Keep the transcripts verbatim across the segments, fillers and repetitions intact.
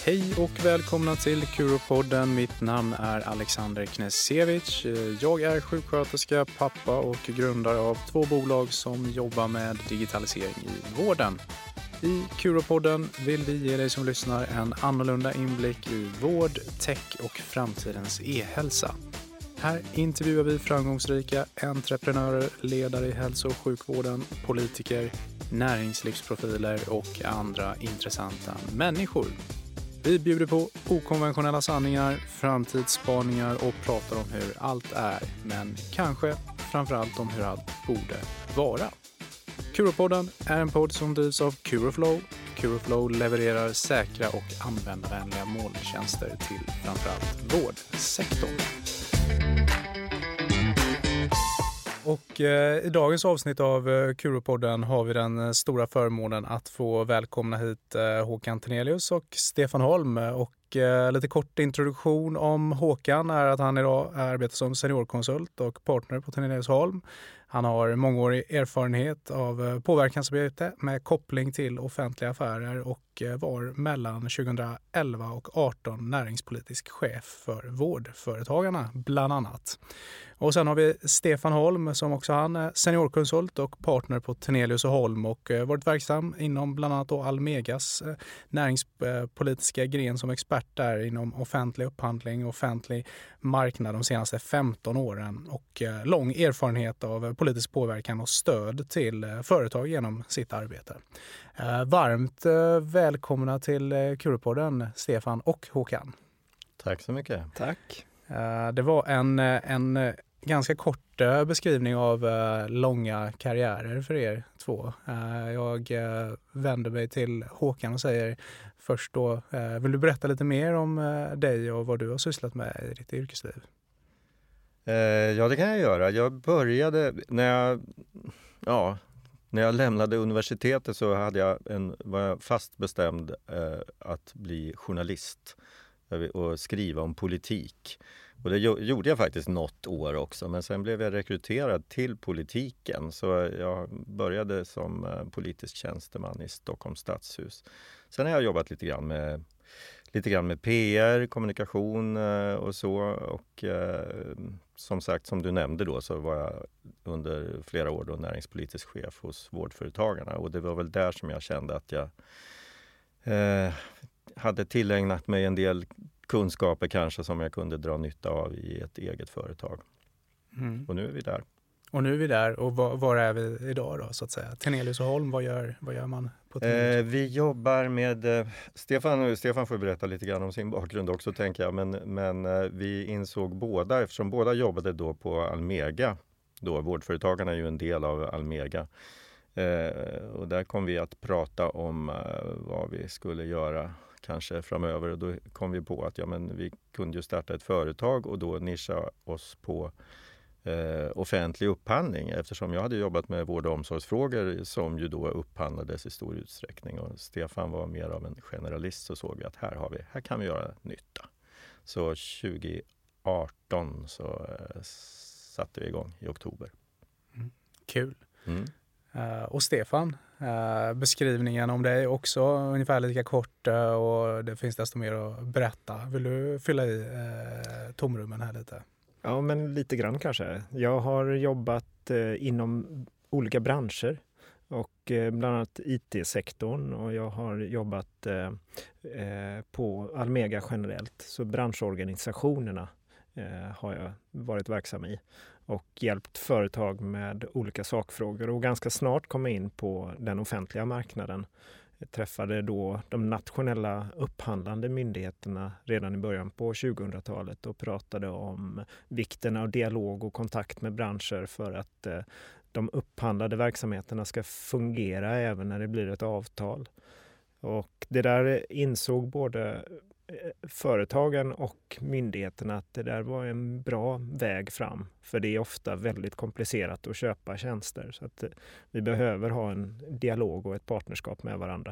Hej och välkomna till Kuropodden. Mitt namn är Alexander Knesevic. Jag är sjuksköterska, pappa och grundare av två bolag som jobbar med digitalisering i vården. I Kuropodden vill vi ge dig som lyssnar en annorlunda inblick i vård, tech och framtidens e-hälsa. Här intervjuar vi framgångsrika entreprenörer, ledare i hälso- och sjukvården, politiker, näringslivsprofiler och andra intressanta människor. Vi bjuder på okonventionella sanningar, framtidsspaningar och pratar om hur allt är, men kanske framförallt om hur allt borde vara. Kuropodden är en podd som drivs av Kuroflow. Kuroflow levererar säkra och användarvänliga molntjänster till framförallt vårdsektorn. Och eh, i dagens avsnitt av eh, Kuropodden har vi den eh, stora förmånen att få välkomna hit eh, Håkan Tenelius och Stefan Holm. Och eh, lite kort introduktion om Håkan är att han idag arbetar som seniorkonsult och partner på Tenelius Holm. Han har mångårig erfarenhet av eh, påverkansarbete med koppling till offentliga affärer och eh, var mellan tjugoelva och arton näringspolitisk chef för vårdföretagarna bland annat. Och sen har vi Stefan Holm som också han är seniorkonsult och partner på Tenelius och Holm och varit verksam inom bland annat då Almegas näringspolitiska gren som expert där inom offentlig upphandling och offentlig marknad de senaste femton åren och lång erfarenhet av politisk påverkan och stöd till företag genom sitt arbete. Varmt välkomna till Kuropodden Stefan och Håkan. Tack så mycket. Tack. Det var en, en ganska kort beskrivning av långa karriärer för er två. Jag vänder mig till Håkan och säger först då, vill du berätta lite mer om dig och vad du har sysslat med i ditt yrkesliv? Ja, det kan jag göra. Jag började, när jag, ja, när jag lämnade universitetet så hade jag en, var jag fast bestämd att bli journalist och skriva om politik. Och det gjorde jag faktiskt något år också, men sen blev jag rekryterad till politiken. Så jag började som politisk tjänsteman i Stockholms stadshus. Sen har jag jobbat lite grann med, lite grann med P R, kommunikation och så. Och eh, som sagt, som du nämnde då, så var jag under flera år då näringspolitisk chef hos vårdföretagarna. Och det var väl där som jag kände att jag eh, hade tillägnat mig en del kunskaper kanske som jag kunde dra nytta av i ett eget företag. Mm. Och nu är vi där. Och nu är vi där. Och var, var är vi idag då så att säga? Tenelius och Holm, vad gör, vad gör man på Tenelius? Eh, vi jobbar med, eh, Stefan, Stefan får berätta lite grann om sin bakgrund också tänker jag. Men, men eh, vi insåg båda, eftersom båda jobbade då på Almega. Då, vårdföretagarna är ju en del av Almega. Eh, och där kom vi att prata om eh, vad vi skulle göra kanske framöver, och då kom vi på att ja, men vi kunde ju starta ett företag och då nischa oss på eh, offentlig upphandling, eftersom jag hade jobbat med vård- och omsorgsfrågor som ju då upphandlades i stor utsträckning, och Stefan var mer av en generalist, så såg vi att här, har vi, här kan vi göra nytta. Så tjugo arton så eh, satte vi igång i oktober. Mm. Kul. Mm. Uh, och Stefan, uh, beskrivningen om dig också ungefär lika kort uh, och det finns desto mer att berätta. Vill du fylla i uh, tomrummen här lite? Ja, men lite grann kanske. Jag har jobbat uh, inom olika branscher och uh, bland annat I T-sektorn, och jag har jobbat uh, uh, på Almega generellt, så branschorganisationerna uh, har jag varit verksam i. Och hjälpt företag med olika sakfrågor och ganska snart kom in på den offentliga marknaden. Jag träffade då de nationella upphandlande myndigheterna redan i början på tjugohundratalet och pratade om vikten av dialog och kontakt med branscher för att eh, de upphandlade verksamheterna ska fungera även när det blir ett avtal. Och det där insåg både företagen och myndigheterna att det där var en bra väg fram, för det är ofta väldigt komplicerat att köpa tjänster, så att vi behöver ha en dialog och ett partnerskap med varandra.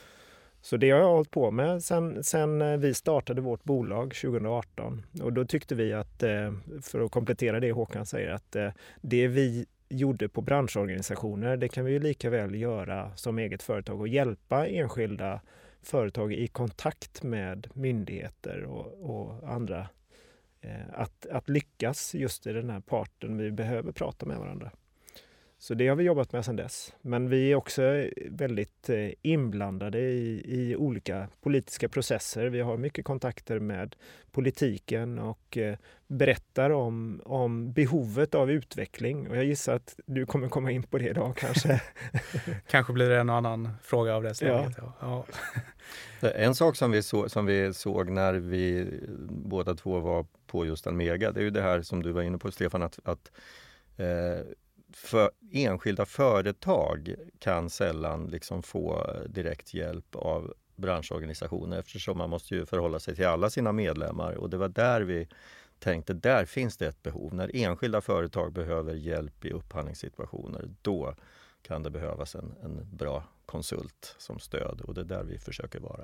Så det har jag hållit på med sen, sen vi startade vårt bolag tjugo arton, och då tyckte vi att, för att komplettera det Håkan säger, att det vi gjorde på branschorganisationer, det kan vi ju lika väl göra som eget företag och hjälpa enskilda företag i kontakt med myndigheter och, och andra. Eh, att, att lyckas just i den här parten vi behöver prata med varandra. Så det har vi jobbat med sedan dess. Men vi är också väldigt inblandade i, i olika politiska processer. Vi har mycket kontakter med politiken och eh, berättar om, om behovet av utveckling. Och jag gissar att du kommer komma in på det idag kanske. Kanske blir det en och annan fråga av det slaget. Ja. Ja. En sak som vi, så, som vi såg när vi båda två var på just Almega, det är ju det här som du var inne på, Stefan, att, att eh, för enskilda företag kan sällan liksom få direkt hjälp av branschorganisationer, eftersom man måste ju förhålla sig till alla sina medlemmar, och det var där vi tänkte, där finns det ett behov. När enskilda företag behöver hjälp i upphandlingssituationer, då kan det behövas en, en bra konsult som stöd, och det är där vi försöker vara.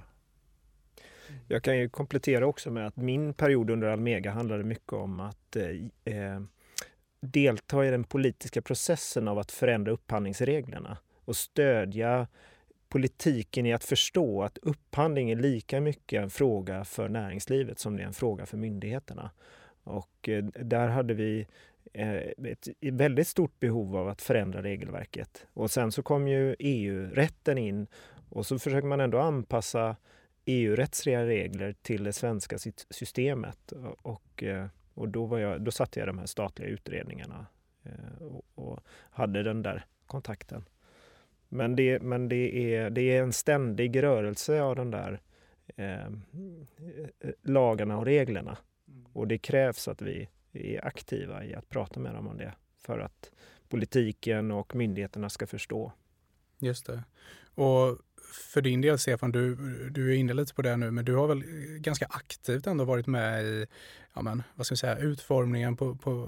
Jag kan ju komplettera också med att min period under Almega handlade mycket om att eh, delta i den politiska processen av att förändra upphandlingsreglerna och stödja politiken i att förstå att upphandling är lika mycket en fråga för näringslivet som det är en fråga för myndigheterna. Och eh, där hade vi eh, ett väldigt stort behov av att förändra regelverket. Och sen så kom ju E U-rätten in, och så försöker man ändå anpassa E U-rättsliga regler till det svenska systemet. Och, och då, var jag, då satte jag de här statliga utredningarna och, och hade den där kontakten. Men det, men det, är, det är en ständig rörelse av de där eh, lagarna och reglerna. Och det krävs att vi är aktiva i att prata med dem om det för att politiken och myndigheterna ska förstå. Just det. Och för din del, Stefan, du, du är inne lite på det nu, men du har väl ganska aktivt ändå varit med i, ja men, vad ska jag säga, utformningen på, på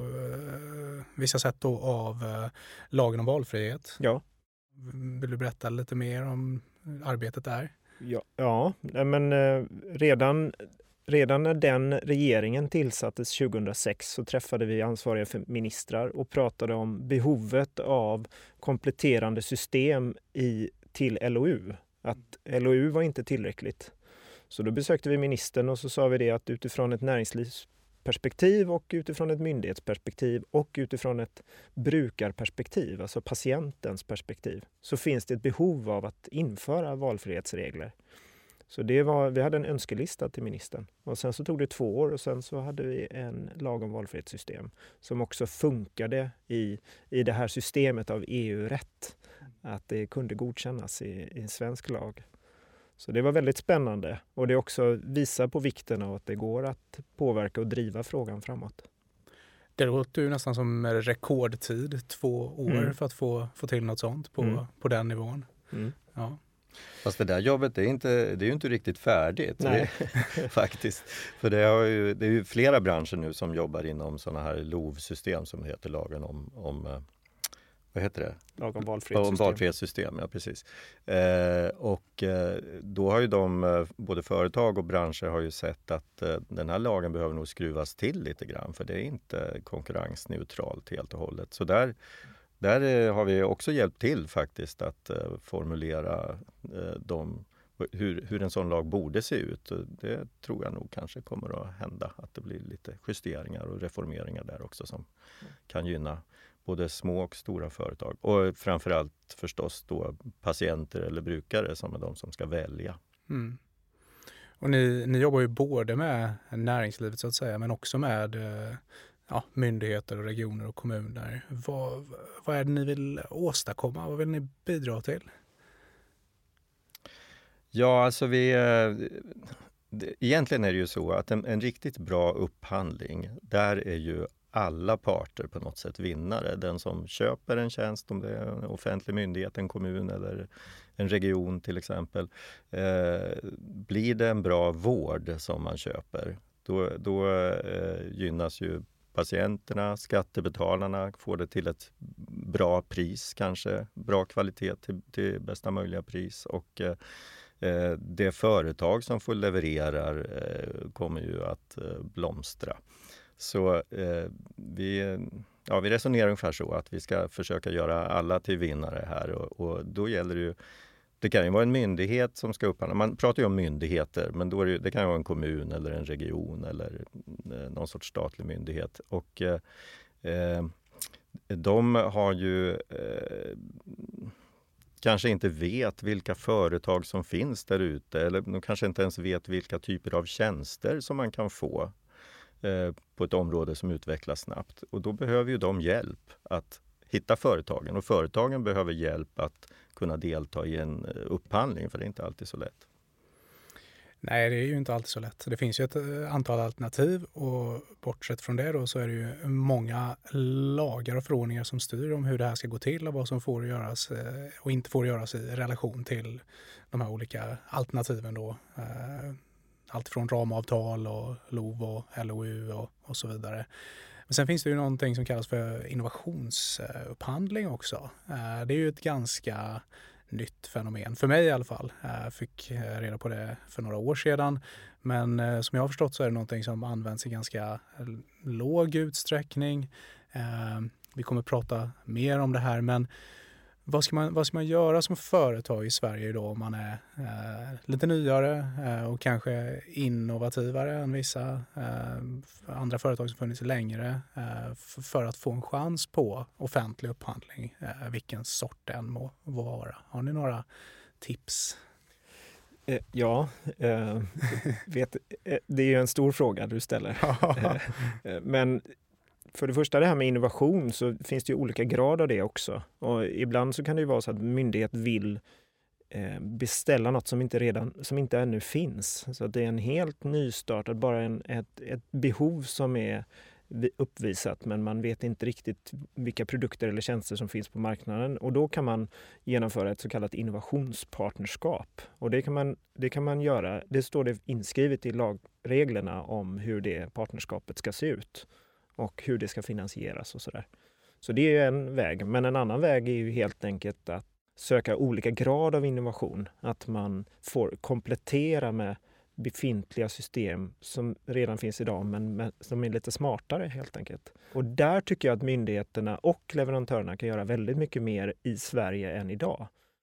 uh, vissa sätt då av uh, lagen om valfrihet. Ja. Vill du berätta lite mer om arbetet där? Ja, ja men uh, redan, redan när den regeringen tillsattes tjugohundrasex så träffade vi ansvariga för ministrar och pratade om behovet av kompletterande system i, till L O U. Att L O U var inte tillräckligt. Så då besökte vi ministern och så sa vi det att utifrån ett näringslivsperspektiv och utifrån ett myndighetsperspektiv och utifrån ett brukarperspektiv, alltså patientens perspektiv, så finns det ett behov av att införa valfrihetsregler. Så det var, vi hade en önskelista till ministern och sen så tog det två år och sen så hade vi en lag om valfrihetssystem som också funkade i, i det här systemet av E U-rätt. Att det kunde godkännas i, i en svensk lag. Så det var väldigt spännande och det också visar på vikten av att det går att påverka och driva frågan framåt. Det låter ju nästan som rekordtid, två år mm. för att få, få till något sånt på, mm. på den nivån. Mm. Ja. Fast det där jobbet är, inte, det är ju inte riktigt färdigt. Nej. Det, faktiskt. För det, har ju, det är ju flera branscher nu som jobbar inom sådana här L O V-system som heter lagen om, om vad heter det? Lag om valfrihetssystem. Om valfrihetssystem, ja precis. Eh, och eh, då har ju de, både företag och branscher har ju sett att eh, den här lagen behöver nog skruvas till lite grann, för det är inte konkurrensneutralt helt och hållet. Så där, där eh, har vi också hjälpt till faktiskt att eh, formulera eh, de, hur, hur en sån lag borde se ut. Det tror jag nog kanske kommer att hända, att det blir lite justeringar och reformeringar där också som kan gynna både små och stora företag. Och framförallt förstås då patienter eller brukare som är de som ska välja. Mm. Och ni, ni jobbar ju både med näringslivet så att säga, men också med ja, myndigheter och regioner och kommuner. Vad, vad är det ni vill åstadkomma? Vad vill ni bidra till? Ja, alltså vi... Egentligen är det ju så att en, en riktigt bra upphandling, där är ju alla parter på något sätt vinnare. Den som köper en tjänst, om det är en offentlig myndighet, en kommun eller en region till exempel. Eh, blir det en bra vård som man köper, då, då eh, gynnas ju patienterna, skattebetalarna, får det till ett bra pris kanske, bra kvalitet till, till bästa möjliga pris, och eh, det företag som får levererar eh, kommer ju att eh, blomstra. Så eh, vi, ja, vi resonerar ungefär så att vi ska försöka göra alla till vinnare här, och, och då gäller det ju Det kan ju vara en myndighet som ska upphandla. Man pratar ju om myndigheter, men då är det, det kan ju vara en kommun eller en region eller någon sorts statlig myndighet. Och eh, de har ju eh, kanske inte vet vilka företag som finns där ute, eller de kanske inte ens vet vilka typer av tjänster som man kan få eh, på ett område som utvecklas snabbt. Och då behöver ju de hjälp att hitta företagen, och företagen behöver hjälp att kunna delta i en upphandling, för det är inte alltid så lätt. Nej, det är ju inte alltid så lätt. Det finns ju ett antal alternativ, och bortsett från det då så är det ju många lagar och förordningar som styr om hur det här ska gå till och vad som får göras och inte får göras i relation till de här olika alternativen då. Allt från ramavtal och L O V och L O U och, och så vidare. Men sen finns det ju någonting som kallas för innovationsupphandling också. Det är ju ett ganska nytt fenomen, för mig i alla fall. Jag fick reda på det för några år sedan. Men som jag har förstått så är det någonting som används i ganska låg utsträckning. Vi kommer att prata mer om det här, men Vad ska, man, vad ska man göra som företag i Sverige idag om man är eh, lite nyare eh, och kanske innovativare än vissa eh, andra företag som funnits längre eh, f- för att få en chans på offentlig upphandling, eh, vilken sort den må vara? Har ni några tips? Eh, ja, eh, vet, eh, det är ju en stor fråga du ställer. eh, men För det första, det här med innovation, så finns det ju olika grad av det också. Och ibland så kan det ju vara så att myndighet vill eh, beställa något som inte, redan, som inte ännu finns. Så att det är en helt nystartad, bara en, ett, ett behov som är uppvisat, men man vet inte riktigt vilka produkter eller tjänster som finns på marknaden. Och då kan man genomföra ett så kallat innovationspartnerskap. Och det kan man, det kan man göra, det står det inskrivet i lagreglerna om hur det partnerskapet ska se ut och hur det ska finansieras och sådär. Så det är ju en väg. Men en annan väg är ju helt enkelt att söka olika grad av innovation. Att man får komplettera med befintliga system som redan finns idag, men med, som är lite smartare helt enkelt. Och där tycker jag att myndigheterna och leverantörerna kan göra väldigt mycket mer i Sverige än idag.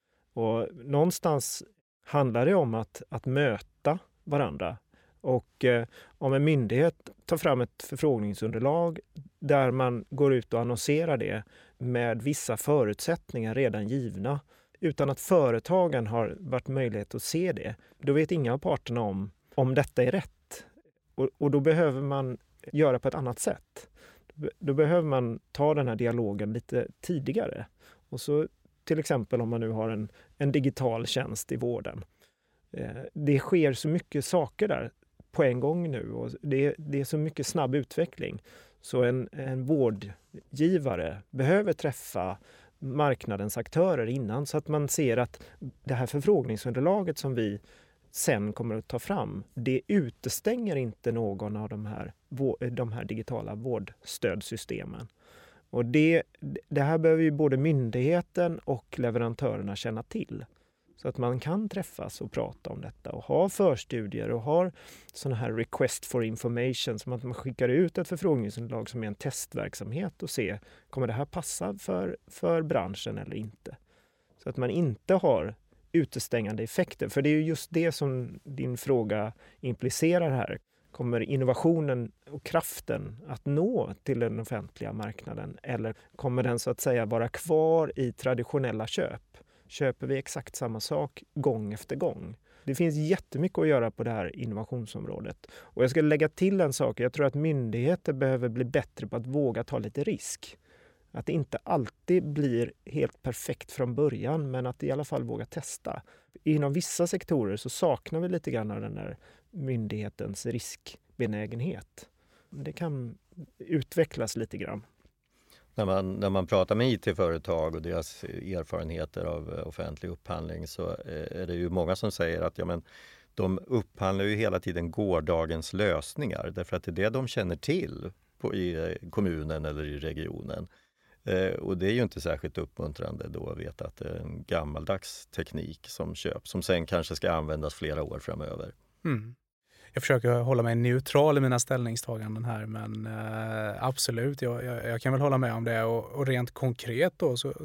Och någonstans handlar det om att, att möta varandra. Och eh, om en myndighet tar fram ett förfrågningsunderlag där man går ut och annonserar det med vissa förutsättningar redan givna, utan att företagen har varit möjlighet att se det, då vet inga av parterna om, om detta är rätt. Och, och då behöver man göra på ett annat sätt. Då behöver man ta den här dialogen lite tidigare. Och så till exempel om man nu har en, en digital tjänst i vården. Eh, det sker så mycket saker där på en gång nu, och det, det är så mycket snabb utveckling. Så en, en vårdgivare behöver träffa marknadens aktörer innan, så att man ser att det här förfrågningsunderlaget som vi sen kommer att ta fram, det utestänger inte någon av de här, de här digitala vårdstödsystemen. Och det, det här behöver ju både myndigheten och leverantörerna känna till. Så att man kan träffas och prata om detta och ha förstudier och ha sådana här request for information, som att man skickar ut ett förfrågningsunderlag som är en testverksamhet och se, kommer det här passa för, för branschen eller inte? Så att man inte har utestängande effekter, för det är ju just det som din fråga implicerar här. Kommer innovationen och kraften att nå till den offentliga marknaden, eller kommer den så att säga vara kvar i traditionella köp? Köper vi exakt samma sak gång efter gång? Det finns jättemycket att göra på det här innovationsområdet. Och jag ska lägga till en sak. Jag tror att myndigheter behöver bli bättre på att våga ta lite risk. Att det inte alltid blir helt perfekt från början, men att i alla fall våga testa. Inom vissa sektorer så saknar vi lite grann av den här myndighetens riskbenägenhet. Det kan utvecklas lite grann. När man, när man pratar med I T-företag och deras erfarenheter av offentlig upphandling, så är det ju många som säger att ja, men, de upphandlar ju hela tiden gårdagens lösningar, därför att det är det de känner till på, i kommunen eller i regionen. Eh, och det är ju inte särskilt uppmuntrande då att veta att det är en gammaldags teknik som köps, som sen kanske ska användas flera år framöver. Mm. Jag försöker hålla mig neutral i mina ställningstaganden här, men eh, absolut, jag, jag, jag kan väl hålla med om det. Och, och rent konkret då så, så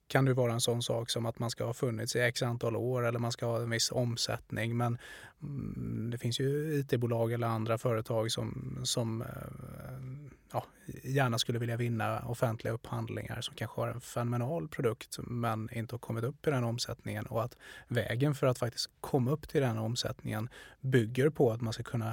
kan det vara en sån sak som att man ska ha funnits i x antal år eller man ska ha en viss omsättning. Men mm, det finns ju I T-bolag eller andra företag som, som ja, gärna skulle vilja vinna offentliga upphandlingar som kanske har en fenomenal produkt men inte har kommit upp i den omsättningen, och att vägen för att faktiskt komma upp till den omsättningen bygger på att man ska kunna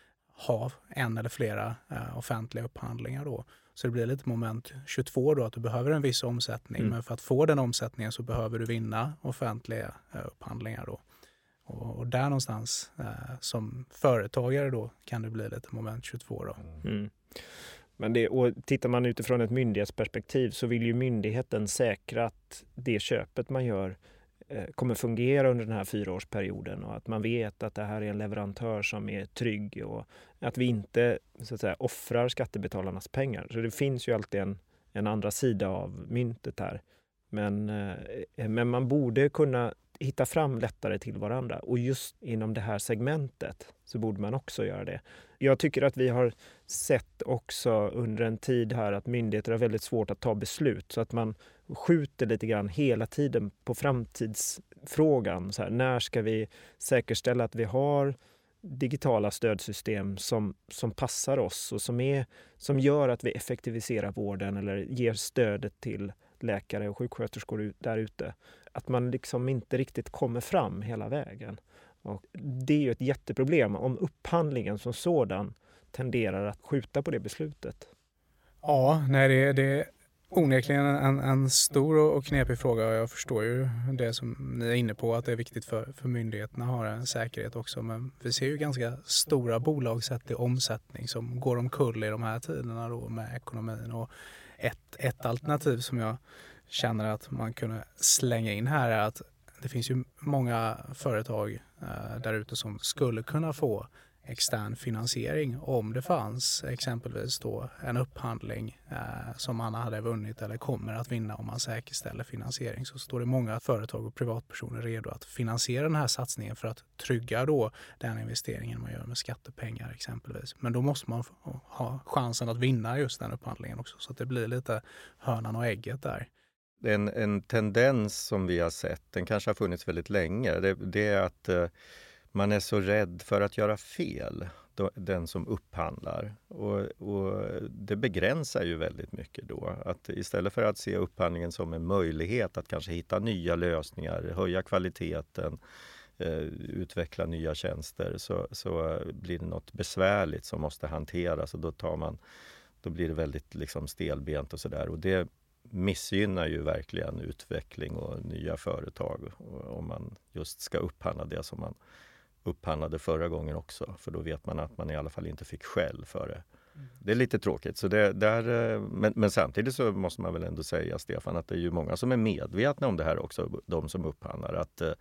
ha en eller flera uh, offentliga upphandlingar då. Så det blir lite moment tjugotvå då, att du behöver en viss omsättning, mm. men för att få den omsättningen så behöver du vinna offentliga uh, upphandlingar då. Och, och där någonstans uh, som företagare då kan det bli lite moment tjugotvå då. Mm. Men det, och tittar man utifrån ett myndighetsperspektiv så vill ju myndigheten säkra att det köpet man gör kommer fungera under den här fyraårsperioden, och att man vet att det här är en leverantör som är trygg och att vi inte så att säga offrar skattebetalarnas pengar. Så det finns ju alltid en, en andra sida av myntet här. Men, men man borde kunna hitta fram lättare till varandra, och just inom det här segmentet så borde man också göra det. Jag tycker att vi har sett också under en tid här att myndigheter har väldigt svårt att ta beslut, så att man skjuter lite grann hela tiden på framtidsfrågan. Så här, när ska vi säkerställa att vi har digitala stödsystem som, som passar oss och som, är, som gör att vi effektiviserar vården eller ger stödet till läkare och sjuksköterskor där ute. Att man liksom inte riktigt kommer fram hela vägen. Och det är ju ett jätteproblem om upphandlingen som sådan tenderar att skjuta på det beslutet. Ja, nej, det, det är onekligen en, en stor och knepig fråga, och jag förstår ju det som ni är inne på, att det är viktigt för, för myndigheterna att ha en säkerhet också. Men vi ser ju ganska stora bolag sett i omsättning som går omkull i de här tiderna då med ekonomin. Och ett, ett alternativ som jag känner att man kunde slänga in här är att det finns ju många företag eh, där ute som skulle kunna få extern finansiering om det fanns exempelvis då en upphandling eh, som man hade vunnit eller kommer att vinna. Om man säkerställer finansiering så står det många företag och privatpersoner redo att finansiera den här satsningen för att trygga då den investeringen man gör med skattepengar exempelvis. Men då måste man ha chansen att vinna just den upphandlingen också, så att det blir lite hönan och ägget där. En, en tendens som vi har sett, den kanske har funnits väldigt länge, det, det är att eh, man är så rädd för att göra fel, då, den som upphandlar. Och, och det begränsar ju väldigt mycket då. Att istället för att se upphandlingen som en möjlighet att kanske hitta nya lösningar, höja kvaliteten, eh, utveckla nya tjänster, så, så blir det något besvärligt som måste hanteras. Och då, tar man, då blir det väldigt liksom stelbent och sådär. Och det missgynnar ju verkligen utveckling och nya företag om man just ska upphandla det som man upphandlade förra gången också. För då vet man att man i alla fall inte fick skäll för det. Mm. Det är lite tråkigt. Så det, där, men, men samtidigt så måste man väl ändå säga, Stefan, att det är ju många som är medvetna om det här också, de som upphandlar, att eh,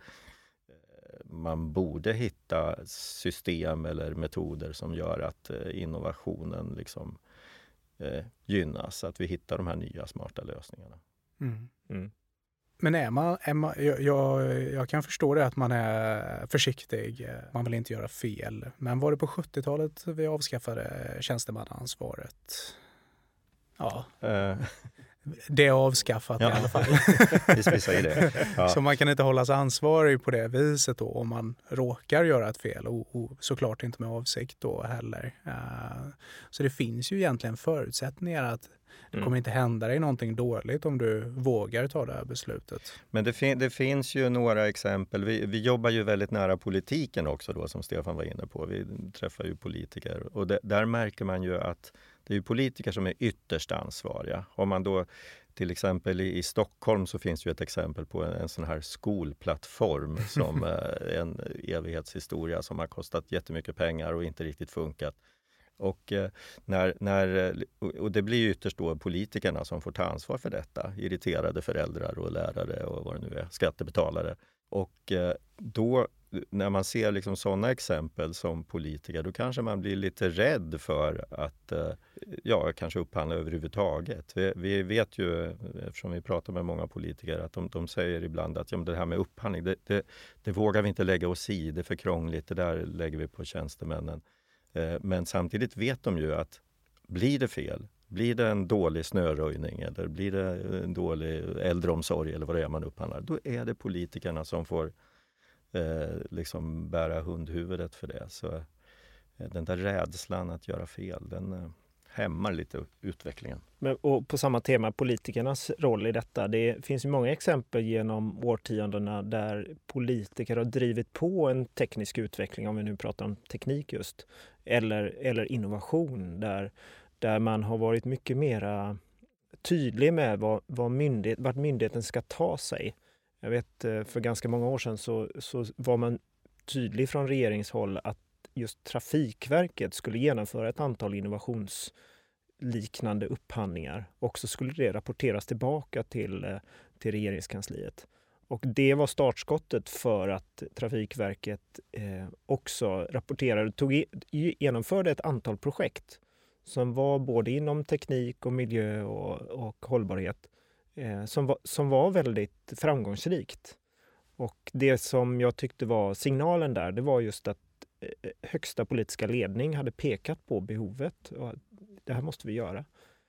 man borde hitta system eller metoder som gör att eh, innovationen liksom eh, gynnas. Att vi hittar de här nya smarta lösningarna. Mm. Mm. Men är man, är man jag, jag, jag kan förstå det att man är försiktig, man vill inte göra fel. Men var det på sjuttiotalet vi avskaffade tjänstemannaansvaret? Ja, uh. det är avskaffat ja. i alla fall. Vi säger det. Ja. Så man kan inte hållas ansvarig på det viset då om man råkar göra ett fel, och, och såklart inte med avsikt då heller. Uh, så det finns ju egentligen förutsättningar att det kommer inte hända dig någonting dåligt om du vågar ta det här beslutet. Men det, fin- det finns ju några exempel. Vi, vi jobbar ju väldigt nära politiken också då, som Stefan var inne på. Vi träffar ju politiker, och det, där märker man ju att det är ju politiker som är ytterst ansvariga. Om man då till exempel i, i Stockholm så finns ju ett exempel på en, en sån här skolplattform som eh, en evighetshistoria som har kostat jättemycket pengar och inte riktigt funkat. Och, när, när, och det blir ju ytterst då politikerna som får ta ansvar för detta. Irriterade föräldrar och lärare och vad det nu är, skattebetalare. Och då när man ser liksom sådana exempel som politiker, då kanske man blir lite rädd för att ja, kanske upphandla överhuvudtaget. Vi, vi vet ju, eftersom vi pratar med många politiker, att de, de säger ibland att ja, det här med upphandling, det, det, det vågar vi inte lägga oss i, det är för krångligt, det där lägger vi på tjänstemännen. Men samtidigt vet de ju att blir det fel Blir det en dålig snöröjning eller blir det en dålig äldreomsorg eller vad det är man upphandlar, då är det politikerna som får eh, liksom bära hundhuvudet för det. Så eh, den där rädslan att göra fel, den eh, hämmar lite utvecklingen. Men, och på samma tema, politikernas roll i detta. Det finns ju många exempel genom årtiondena där politiker har drivit på en teknisk utveckling, om vi nu pratar om teknik just, eller, eller innovation, där, där man har varit mycket mera tydlig med vad, vad myndighet, vart myndigheten ska ta sig. Jag vet för ganska många år sedan så, så var man tydlig från regeringshåll att just Trafikverket skulle genomföra ett antal innovationsliknande upphandlingar och så skulle det rapporteras tillbaka till, till regeringskansliet. Och det var startskottet för att Trafikverket eh, också rapporterade, tog i, genomförde ett antal projekt som var både inom teknik och miljö och, och hållbarhet eh, som, var, som var väldigt framgångsrikt. Och det som jag tyckte var signalen där, det var just att högsta politiska ledning hade pekat på behovet och det här måste vi göra.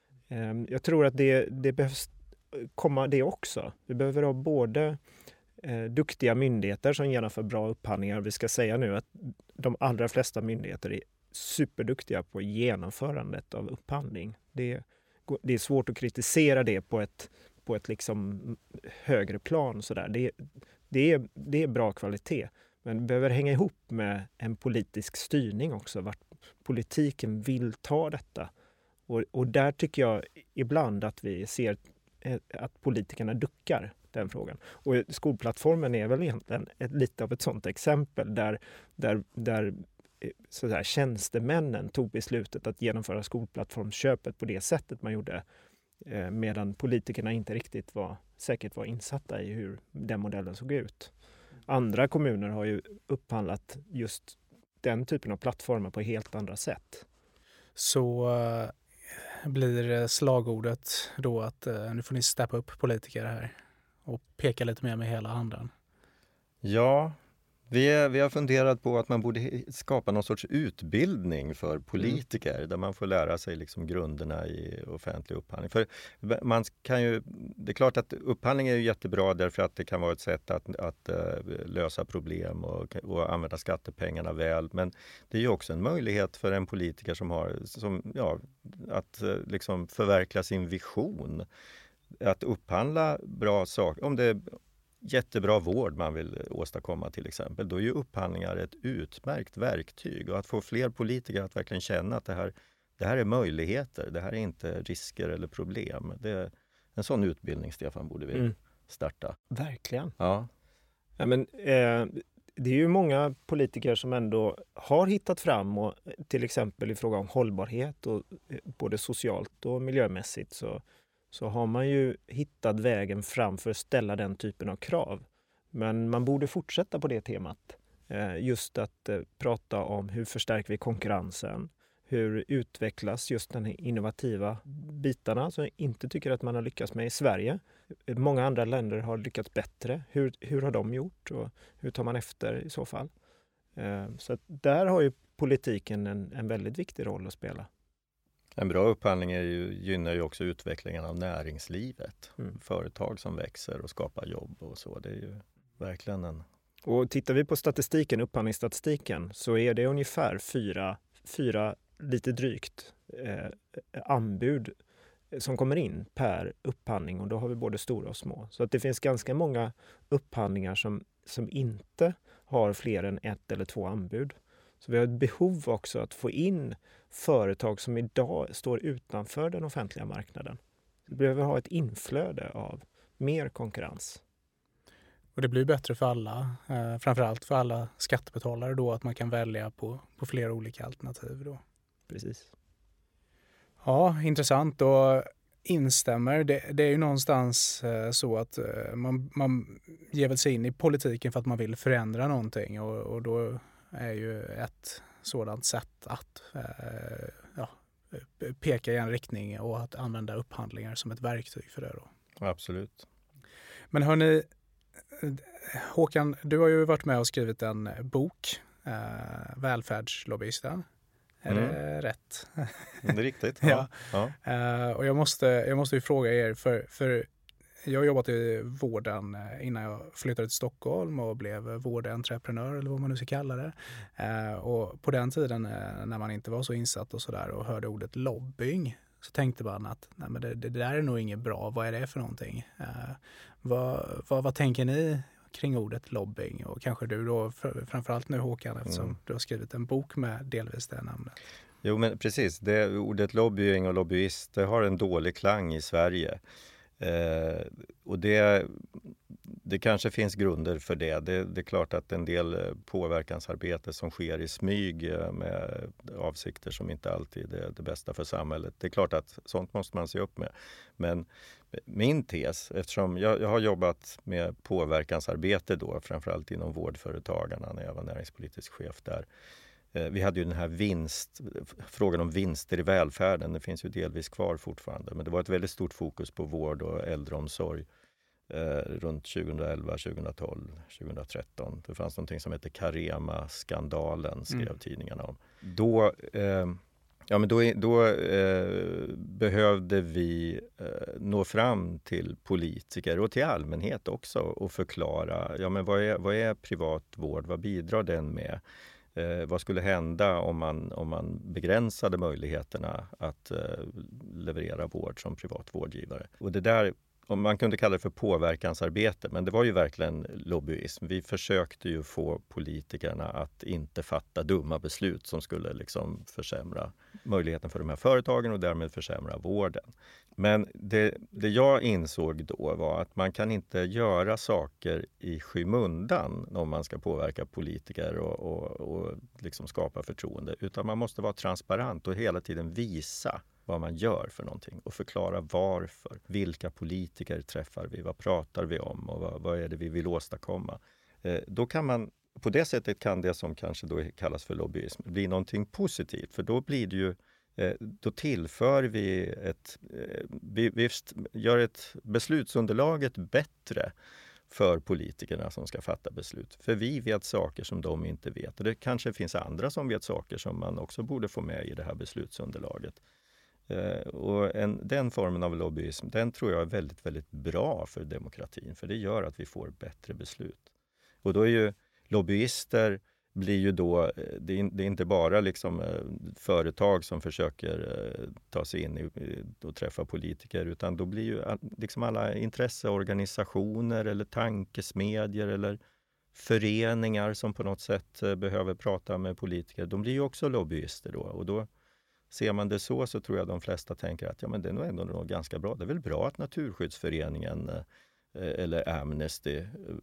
Jag tror att det, det behövs komma det också. Vi behöver ha både eh, duktiga myndigheter som genomför bra upphandlingar. Vi ska säga nu att de allra flesta myndigheter är superduktiga på genomförandet av upphandling. Det, det är svårt att kritisera det på ett, på ett liksom högre plan. Sådär. Det, det, är, det är bra kvalitet. Men det behöver hänga ihop med en politisk styrning också, vart politiken vill ta detta. Och, och där tycker jag ibland att vi ser att politikerna duckar den frågan. Och skolplattformen är väl egentligen ett, lite av ett sådant exempel där, där, där så där, tjänstemännen tog beslutet att genomföra skolplattformsköpet på det sättet man gjorde, eh, medan politikerna inte riktigt var säkert var insatta i hur den modellen såg ut. Andra kommuner har ju upphandlat just den typen av plattformar på helt andra sätt. Så uh, blir slagordet då att uh, nu får ni steppa upp politiker här och peka lite mer med hela handen? Ja, vi, är, vi har funderat på att man borde skapa någon sorts utbildning för politiker mm. där man får lära sig liksom grunderna i offentlig upphandling. För man kan ju, det är klart att upphandling är ju jättebra därför att det kan vara ett sätt att, att uh, lösa problem och, och använda skattepengarna väl. Men det är ju också en möjlighet för en politiker som har som, ja, att uh, liksom förverkliga sin vision. Att upphandla bra saker. Om det är jättebra vård man vill åstadkomma till exempel, då är ju upphandlingar ett utmärkt verktyg. Och att få fler politiker att verkligen känna att det här, det här är möjligheter, det här är inte risker eller problem. Det är en sån utbildning, Stefan, borde vi mm. starta. Verkligen. Ja. Ja, men, eh, det är ju många politiker som ändå har hittat fram, och till exempel i fråga om hållbarhet och både socialt och miljömässigt så så har man ju hittat vägen fram för att ställa den typen av krav. Men man borde fortsätta på det temat. Just att prata om hur förstärker vi konkurrensen? Hur utvecklas just den innovativa bitarna som jag inte tycker att man har lyckats med i Sverige. Många andra länder har lyckats bättre. Hur, hur har de gjort och hur tar man efter i så fall? Så att där har ju politiken en, en väldigt viktig roll att spela. En bra upphandling är ju, gynnar ju också utvecklingen av näringslivet. Mm. Företag som växer och skapar jobb och så. Det är ju verkligen en... Och tittar vi på statistiken, upphandlingsstatistiken, så är det ungefär fyra, fyra lite drygt eh, anbud som kommer in per upphandling. Och då har vi både stora och små. Så att det finns ganska många upphandlingar som, som inte har fler än ett eller två anbud. Så vi har ett behov också att få in företag som idag står utanför den offentliga marknaden. Vi behöver ha ett inflöde av mer konkurrens. Och det blir bättre för alla, eh, framförallt för alla skattebetalare då, att man kan välja på, på flera olika alternativ då. Precis. Ja, intressant och instämmer. Det, det är ju någonstans eh, så att eh, man, man ger väl sig in i politiken för att man vill förändra någonting och, och då är ju ett sådant sätt att eh, ja, peka i en riktning och att använda upphandlingar som ett verktyg för det då. Absolut. Men hörni, Håkan, du har ju varit med och skrivit en bok, eh, Välfärdslobbyisten. Är mm. det rätt? Det är riktigt. Ja. ja. ja. Uh, och jag måste, jag måste ju fråga er, för, för jag har jobbat i vården innan jag flyttade till Stockholm och blev vårdentreprenör eller vad man nu ska kalla det. Uh, och på den tiden när man inte var så insatt och sådär och hörde ordet lobbying, så tänkte man att nej, men det, det där är nog inget bra. Vad är det för någonting? Uh, vad, vad, vad tänker ni kring ordet lobbying? Och kanske du då, framförallt nu Håkan, eftersom mm. du har skrivit en bok med delvis det namnet. Jo, men precis. Det, ordet lobbying och lobbyist, det har en dålig klang i Sverige. Eh, och det, det kanske finns grunder för det. det. Det är klart att en del påverkansarbete som sker i smyg med avsikter som inte alltid är det bästa för samhället. Det är klart att sånt måste man se upp med. Men min tes, eftersom jag, jag har jobbat med påverkansarbete då, framförallt inom vårdföretagarna när jag var näringspolitisk chef där. Vi hade ju den här vinst, frågan om vinster i välfärden, det finns ju delvis kvar fortfarande. Men det var ett väldigt stort fokus på vård och äldreomsorg eh, runt tjugoelva, tjugotolv, tjugotretton. Det fanns någonting som hette Carema-skandalen, skrev mm. tidningarna om. Då, eh, ja, men då, då eh, behövde vi eh, nå fram till politiker och till allmänhet också och förklara, ja, men vad är, vad är privat vård, vad bidrar den med? Eh, vad skulle hända om man, om man begränsade möjligheterna att eh, leverera vård som privat vårdgivare? Och det där, om man kunde kalla det för påverkansarbete, men det var ju verkligen lobbyism. Vi försökte ju få politikerna att inte fatta dumma beslut som skulle liksom försämra möjligheten för de här företagen och därmed försämra vården. Men det, det jag insåg då var att man kan inte göra saker i skymundan om man ska påverka politiker och, och, och liksom skapa förtroende. Utan man måste vara transparent och hela tiden visa vad man gör för någonting och förklara varför. Vilka politiker träffar vi? Vad pratar vi om? Och vad, vad är det vi vill åstadkomma? Eh, då kan man, på det sättet kan det som kanske då kallas för lobbyism bli någonting positivt. För då blir det ju då tillför vi ett, vi, vi gör ett beslutsunderlaget bättre för politikerna som ska fatta beslut. För vi vet saker som de inte vet. Och det kanske finns andra som vet saker som man också borde få med i det här beslutsunderlaget. Och en, den formen av lobbyism, den tror jag är väldigt, väldigt bra för demokratin. För det gör att vi får bättre beslut. Och då är ju lobbyister blir ju då, det är inte bara liksom företag som försöker ta sig in och träffa politiker, utan då blir ju liksom alla intresseorganisationer eller tankesmedjor eller föreningar som på något sätt behöver prata med politiker, de blir ju också lobbyister då. Och då ser man det så, så tror jag de flesta tänker att ja, men det är nog ändå nog ganska bra. Det är väl bra att Naturskyddsföreningen eller Amnesty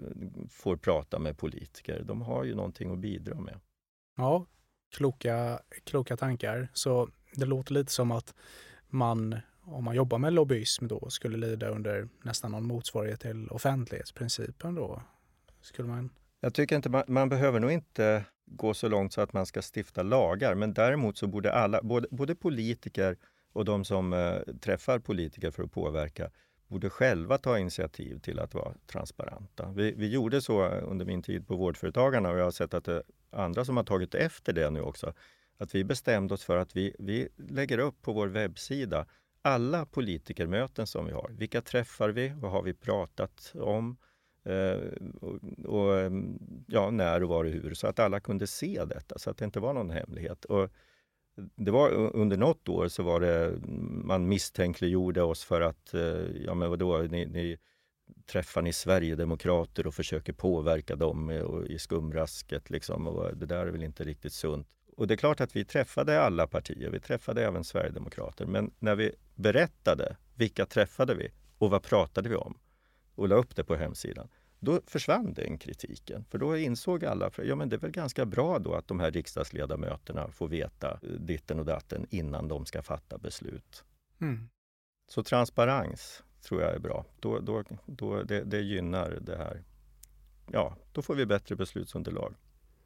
får prata med politiker. De har ju någonting att bidra med. Ja, kloka, kloka tankar. Så det låter lite som att man, om man jobbar med lobbyism då, skulle lida under nästan någon motsvarighet till offentlighetsprincipen då. Skulle man... Jag tycker inte, man, man behöver nog inte gå så långt så att man ska stifta lagar. Men däremot så borde alla, både, både politiker och de som eh, träffar politiker för att påverka, borde själva ta initiativ till att vara transparenta. Vi, vi gjorde så under min tid på Vårdföretagarna och jag har sett att det andra som har tagit efter det nu också, att vi bestämde oss för att vi, vi lägger upp på vår webbsida alla politikermöten som vi har. Vilka träffar vi? Vad har vi pratat om? Eh, och, och ja, när och var och hur. Så att alla kunde se detta, så att det inte var någon hemlighet. Och det var under något år så var det, man misstänkliggjorde oss för att, ja men vadå, ni, ni träffar ni Sverigedemokrater och försöker påverka dem i skumrasket liksom, och det där är väl inte riktigt sunt. Och det är klart att vi träffade alla partier, vi träffade även Sverigedemokrater, men när vi berättade vilka träffade vi och vad pratade vi om och la upp det på hemsidan, då försvann den kritiken. För då insåg alla, ja men det är väl ganska bra då att de här riksdagsledamöterna får veta ditten och datten innan de ska fatta beslut. Mm. Så transparens tror jag är bra. Då, då, då det, det gynnar det här. Ja, då får vi bättre beslutsunderlag.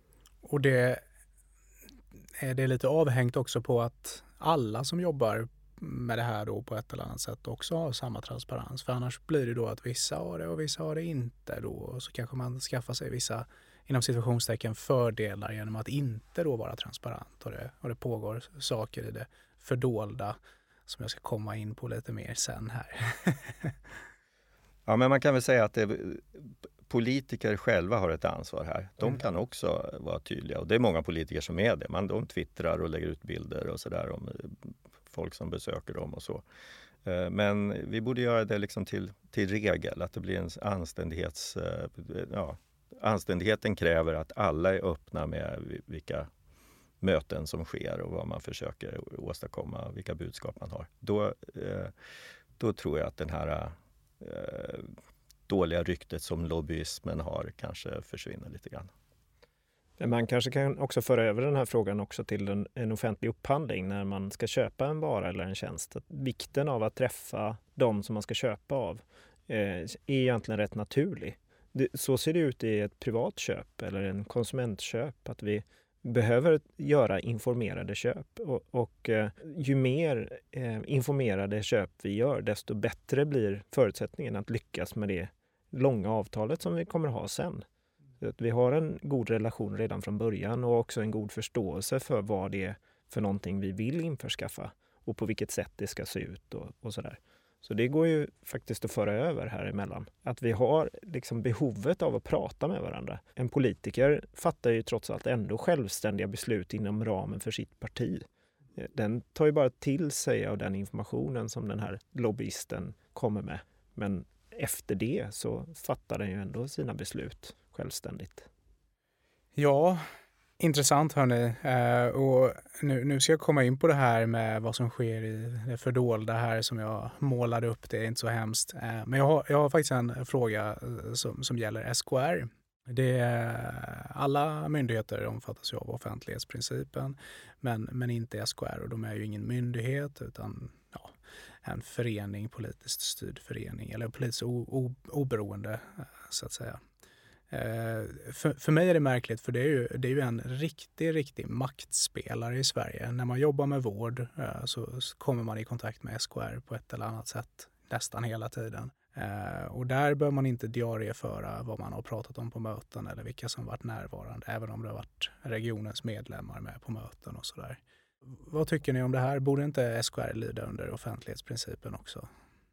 Och det är det lite avhängt också på att alla som jobbar med det här då på ett eller annat sätt också har samma transparens. För annars blir det då att vissa har det och vissa har det inte då. Och så kanske man skaffar sig vissa inom situationstecken fördelar genom att inte då vara transparent och det, och det pågår saker i det fördolda som jag ska komma in på lite mer sen här. Ja, men man kan väl säga att det, politiker själva har ett ansvar här. De mm. kan också vara tydliga och det är många politiker som är det. Man, de twittrar och lägger ut bilder och sådär om folk som besöker dem och så. Men vi borde göra det liksom till, till regel, att det blir en anständighets... Ja, anständigheten kräver att alla är öppna med vilka möten som sker och vad man försöker åstadkomma, vilka budskap man har. Då, då tror jag att den här dåliga ryktet som lobbyismen har kanske försvinner lite grann. Man kanske kan också föra över den här frågan också till en, en offentlig upphandling när man ska köpa en vara eller en tjänst. Att vikten av att träffa de som man ska köpa av eh, är egentligen rätt naturlig. Det, så ser det ut i ett privat köp eller en konsumentköp, att vi behöver göra informerade köp. Och, och eh, ju mer eh, informerade köp vi gör, desto bättre blir förutsättningen att lyckas med det långa avtalet som vi kommer ha sen. Att vi har en god relation redan från början och också en god förståelse för vad det är för någonting vi vill införskaffa och på vilket sätt det ska se ut och, och sådär. Så det går ju faktiskt att föra över här emellan. Att vi har liksom behovet av att prata med varandra. En politiker fattar ju trots allt ändå självständiga beslut inom ramen för sitt parti. Den tar ju bara till sig av den informationen som den här lobbyisten kommer med. Men efter det så fattar den ju ändå sina beslut självständigt. Ja, intressant hörni. Eh, och nu, nu ska jag komma in på det här med vad som sker i det fördolda här som jag målade upp. Det är inte så hemskt. Eh, men jag har, jag har faktiskt en fråga som, som gäller S K R. Det är, alla myndigheter omfattas ju av offentlighetsprincipen, men, men inte S K R, och de är ju ingen myndighet utan ja, en förening, politiskt styrd förening eller politiskt o, o, oberoende så att säga. För, för mig är det märkligt, för det är ju, det är ju en riktig, riktig maktspelare i Sverige. När man jobbar med vård så kommer man i kontakt med S K R på ett eller annat sätt nästan hela tiden. Och där bör man inte diarieföra vad man har pratat om på möten eller vilka som varit närvarande, även om det har varit regionens medlemmar med på möten och sådär. Vad tycker ni om det här? Borde inte S K R lyda under offentlighetsprincipen också?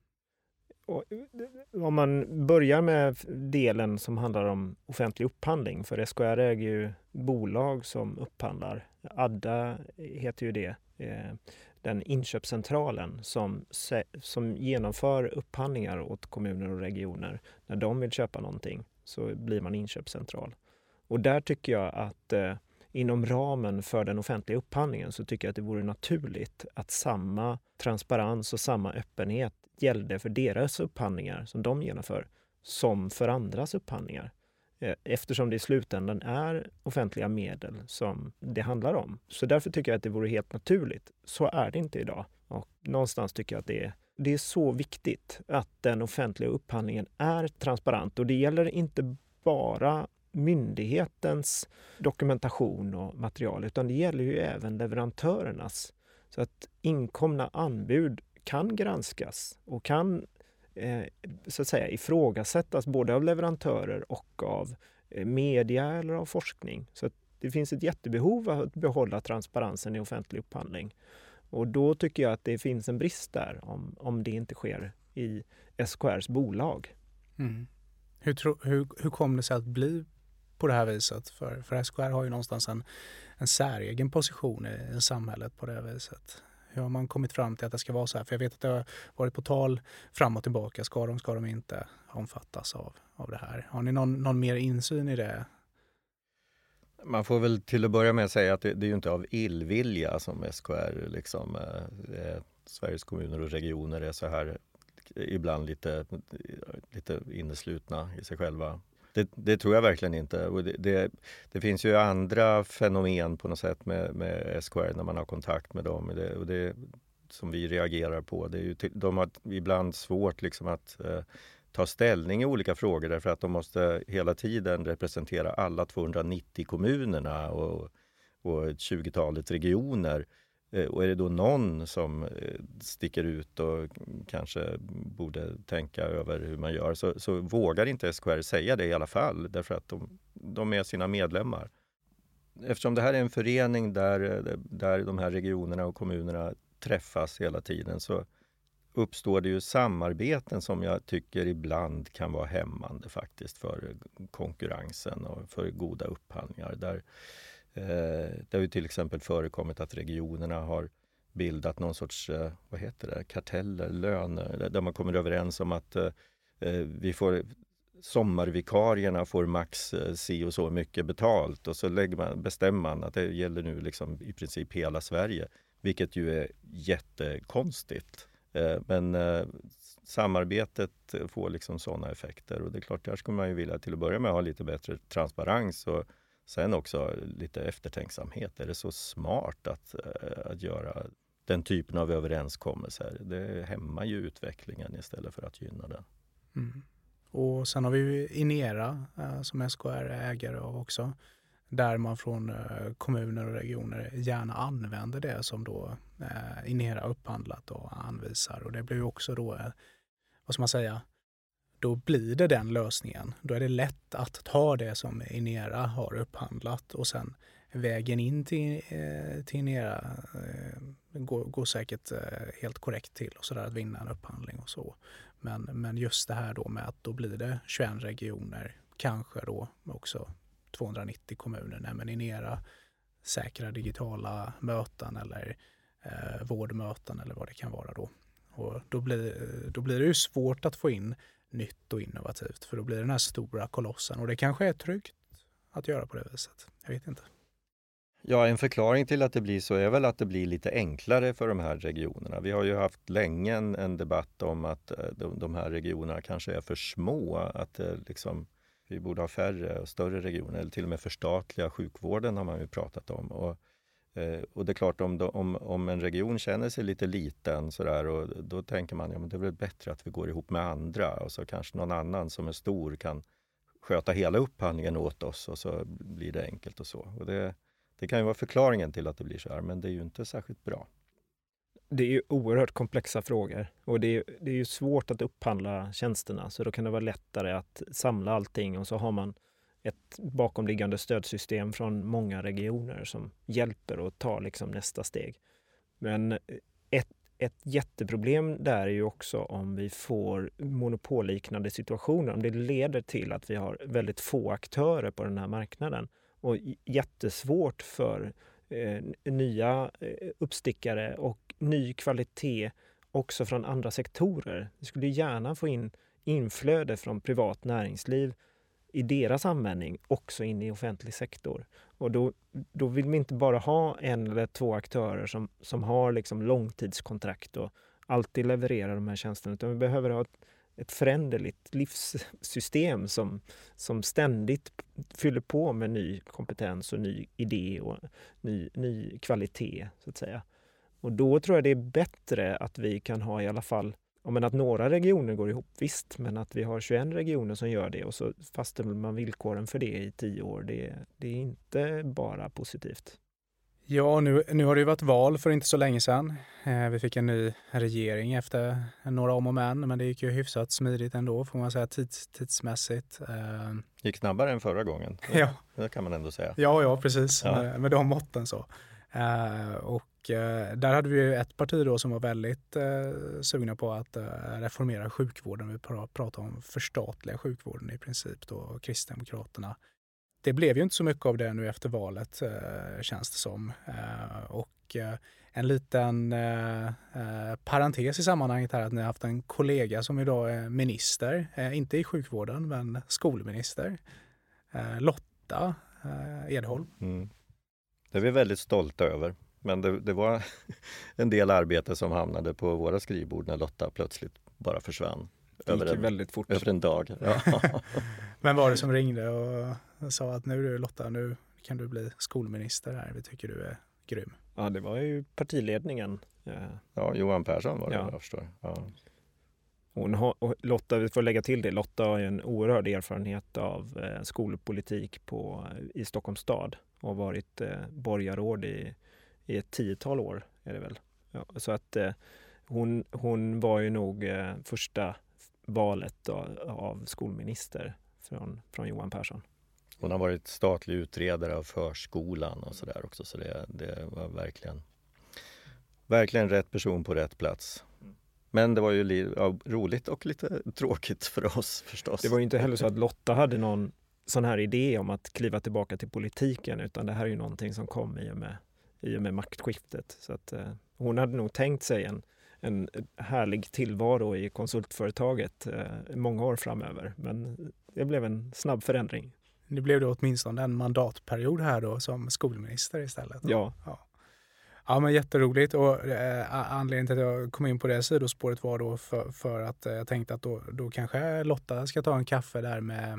Och om man börjar med delen som handlar om offentlig upphandling, för S K R äger ju bolag som upphandlar. Adda heter ju det, den inköpscentralen som, som genomför upphandlingar åt kommuner och regioner. När de vill köpa någonting så blir man inköpscentral. Och där tycker jag att eh, inom ramen för den offentliga upphandlingen så tycker jag att det vore naturligt att samma transparens och samma öppenhet gällde för deras upphandlingar som de genomför som för andras upphandlingar. Eftersom det i slutändan är offentliga medel som det handlar om. Så därför tycker jag att det vore helt naturligt. Så är det inte idag. Och någonstans tycker jag att det är, det är så viktigt att den offentliga upphandlingen är transparent. Och det gäller inte bara myndighetens dokumentation och material, utan det gäller ju även leverantörernas. Så att inkomna anbud kan granskas och kan eh, så att säga ifrågasättas både av leverantörer och av eh, media eller av forskning. Så att det finns ett jättebehov av att behålla transparensen i offentlig upphandling. Och då tycker jag att det finns en brist där om, om det inte sker i S K R:s bolag. Mm. Hur, tro, hur, hur kom det sig att bli på det här viset? För, för S K R har ju någonstans en, en säregen position i, i samhället på det här viset. Hur har man kommit fram till att det ska vara så här? För jag vet att det har varit på tal fram och tillbaka. Ska de, ska de inte omfattas av, av det här? Har ni någon, någon mer insyn i det? Man får väl till att börja med säga att det, det är ju inte av illvilja som S K R, liksom, eh, Sveriges kommuner och regioner är så här ibland lite, lite inneslutna i sig själva. Det, det tror jag verkligen inte. Och det, det, det finns ju andra fenomen på något sätt med, med S K R när man har kontakt med dem. Det, och det som vi reagerar på. Det är ju till, de har ibland svårt liksom att eh, ta ställning i olika frågor därför att de måste hela tiden representera alla tvåhundranittio kommunerna och, och ett tjugotalet regioner. Och är det då någon som sticker ut och kanske borde tänka över hur man gör så, så vågar inte S K R säga det i alla fall. Därför att de, de med sina medlemmar. Eftersom det här är en förening där, där de här regionerna och kommunerna träffas hela tiden, så uppstår det ju samarbeten som jag tycker ibland kan vara hämmande faktiskt för konkurrensen och för goda upphandlingar. Där, eh, det har ju till exempel förekommit att regionerna har bildat någon sorts, eh, vad heter det, karteller, löner, där man kommer överens om att eh, vi får, sommarvikarierna får max eh, si och så mycket betalt, och så lägger man, bestämmer man att det gäller nu liksom i princip hela Sverige, vilket ju är jättekonstigt. Men eh, samarbetet får liksom sådana effekter, och det är klart, där skulle man ju vilja till att börja med ha lite bättre transparens och sen också lite eftertänksamhet. Är det så smart att, eh, att göra den typen av överenskommelser? Det hämmar ju utvecklingen istället för att gynna den. Mm. Och sen har vi ju Inera eh, som S K R är ägare av också. Där man från eh, kommuner och regioner gärna använder det som då eh, Inera upphandlat och anvisar. Och det blir ju också då, eh, vad ska man säga, då blir det den lösningen. Då är det lätt att ta det som Inera har upphandlat, och sen vägen in till, eh, till Inera eh, går, går säkert eh, helt korrekt till och så där, att vinna en upphandling och så. Men, men just det här då med att då blir det tjugoett regioner, kanske då också tvåhundranittio kommuner, nej men Inera säkra digitala möten eller eh, vårdmöten eller vad det kan vara då. Och då blir, då blir det ju svårt att få in nytt och innovativt, för då blir det den här stora kolossen, och det kanske är tryggt att göra på det viset. Jag vet inte. Ja, en förklaring till att det blir så är väl att det blir lite enklare för de här regionerna. Vi har ju haft länge en, en debatt om att de, de här regionerna kanske är för små, att det liksom vi borde ha färre och större regioner, eller till och med förstatliga sjukvården har man ju pratat om. Och, eh, och det är klart, om, om, om en region känner sig lite liten sådär, och då tänker man, ja men det är väl bättre att vi går ihop med andra, och så kanske någon annan som är stor kan sköta hela upphandlingen åt oss, och så blir det enkelt och så. Och det, det kan ju vara förklaringen till att det blir så här, men det är ju inte särskilt bra. Det är ju oerhört komplexa frågor, och det är, det är ju svårt att upphandla tjänsterna, så då kan det vara lättare att samla allting, och så har man ett bakomliggande stödsystem från många regioner som hjälper att ta liksom nästa steg. Men ett, ett jätteproblem där är ju också om vi får monopolliknande situationer, om det leder till att vi har väldigt få aktörer på den här marknaden, och jättesvårt för eh, nya eh, uppstickare och ny kvalitet också från andra sektorer. Vi skulle gärna få in inflöde från privat näringsliv i deras användning också in i offentlig sektor. Och då, då vill vi inte bara ha en eller två aktörer som, som har liksom långtidskontrakt och alltid levererar de här tjänsterna, utan vi behöver ha ett, ett föränderligt livssystem som, som ständigt fyller på med ny kompetens och ny idé och ny, ny kvalitet så att säga. Och då tror jag det är bättre att vi kan ha i alla fall, men att några regioner går ihop, visst, men att vi har tjugoett regioner som gör det, och så fastställer man villkoren för det i tio år. Det, det är inte bara positivt. Ja, nu, nu har det ju varit val för inte så länge sedan. Eh, vi fick en ny regering efter några om och men, men det gick ju hyfsat smidigt ändå, får man säga, tids, tidsmässigt. Eh, gick snabbare än förra gången, ja. Det kan man ändå säga. Ja, ja precis, Ja. Med, med de måtten så. Uh, och uh, där hade vi ju ett parti då som var väldigt uh, sugna på att uh, reformera sjukvården. Vi pr- pratade om förstatliga sjukvården i princip då, Kristdemokraterna. Det blev ju inte så mycket av det nu efter valet, uh, känns det som. Uh, och uh, en liten uh, uh, parentes i sammanhanget här, att ni har haft en kollega som idag är minister, uh, inte i sjukvården men skolminister, uh, Lotta uh, Edholm. Mm. Det är vi väldigt stolta över. Men det, det var en del arbete som hamnade på våra skrivbord när Lotta plötsligt bara försvann. Det gick över en, väldigt fort. Över en dag. Ja. Vem var det som ringde och sa att nu du Lotta, nu kan du bli skolminister här. Vi tycker du är grym. Ja, det var ju partiledningen. Ja, Johan Persson var det, ja. jag förstår. Ja. Hon har, och Lotta, vi får lägga till det, Lotta har ju en oerhörd erfarenhet av eh, skolpolitik på, i Stockholms stad och har varit eh, borgarråd i, i ett tiotal år är det väl. Ja, så att eh, hon, hon var ju nog eh, första valet av, av skolminister från, från Johan Persson. Hon har varit statlig utredare av förskolan och sådär också. Så det, det var verkligen, verkligen rätt person på rätt plats. Men det var ju li- ja, roligt och lite tråkigt för oss förstås. Det var ju inte heller så att Lotta hade någon sån här idé om att kliva tillbaka till politiken, utan det här är ju någonting som kom i och med, i och med maktskiftet. Så att, eh, hon hade nog tänkt sig en, en härlig tillvaro i konsultföretaget eh, många år framöver. Men det blev en snabb förändring. Det blev då åtminstone en mandatperiod här då som skolminister istället. Ja. Ja, ja men jätteroligt. Och eh, anledningen till att jag kom in på det sidospåret var då för, för att eh, jag tänkte att då, då kanske Lotta ska ta en kaffe där med,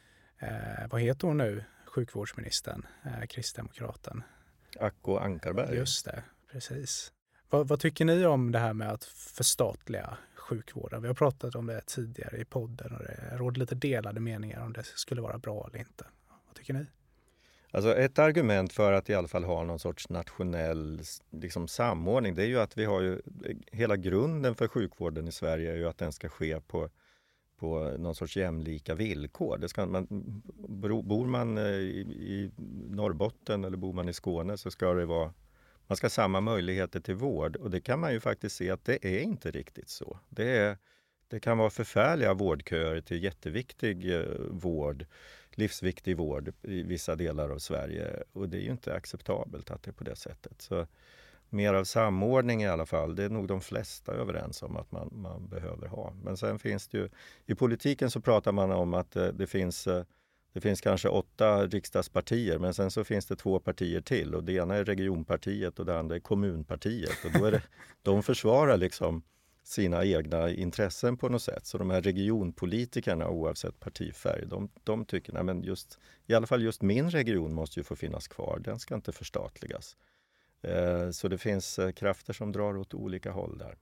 eh, vad heter hon nu, sjukvårdsministern, eh, kristdemokraten. Acko Ankarberg. Just det, precis. Vad, vad tycker ni om det här med att förstatliga sjukvården? Vi har pratat om det tidigare i podden och det råder lite delade meningar om det skulle vara bra eller inte. Vad tycker ni? Alltså ett argument för att i alla fall ha någon sorts nationell liksom, samordning, det är ju att vi har ju, hela grunden för sjukvården i Sverige är ju att den ska ske på, på någon sorts jämlika villkor. Det ska man, bor man i, i Norrbotten eller bor man i Skåne så ska det vara, man ska ha samma möjligheter till vård, och det kan man ju faktiskt se att det är inte riktigt så. Det, är, det kan vara förfärliga vårdköer till jätteviktig eh, vård, livsviktig vård i vissa delar av Sverige, och det är ju inte acceptabelt att det är på det sättet. Så mer av samordning i alla fall, det är nog de flesta överens om att man, man behöver ha. Men sen finns det ju, i politiken så pratar man om att eh, det finns eh, Det finns kanske åtta riksdagspartier, men sen så finns det två partier till, och det ena är regionpartiet och det andra är kommunpartiet, och då är det, de försvarar liksom sina egna intressen på något sätt. Så de här regionpolitikerna, oavsett partifärg, de, de tycker, nej men just, i alla fall just min region måste ju få finnas kvar, den ska inte förstatligas. Eh, så det finns eh, krafter som drar åt olika håll där.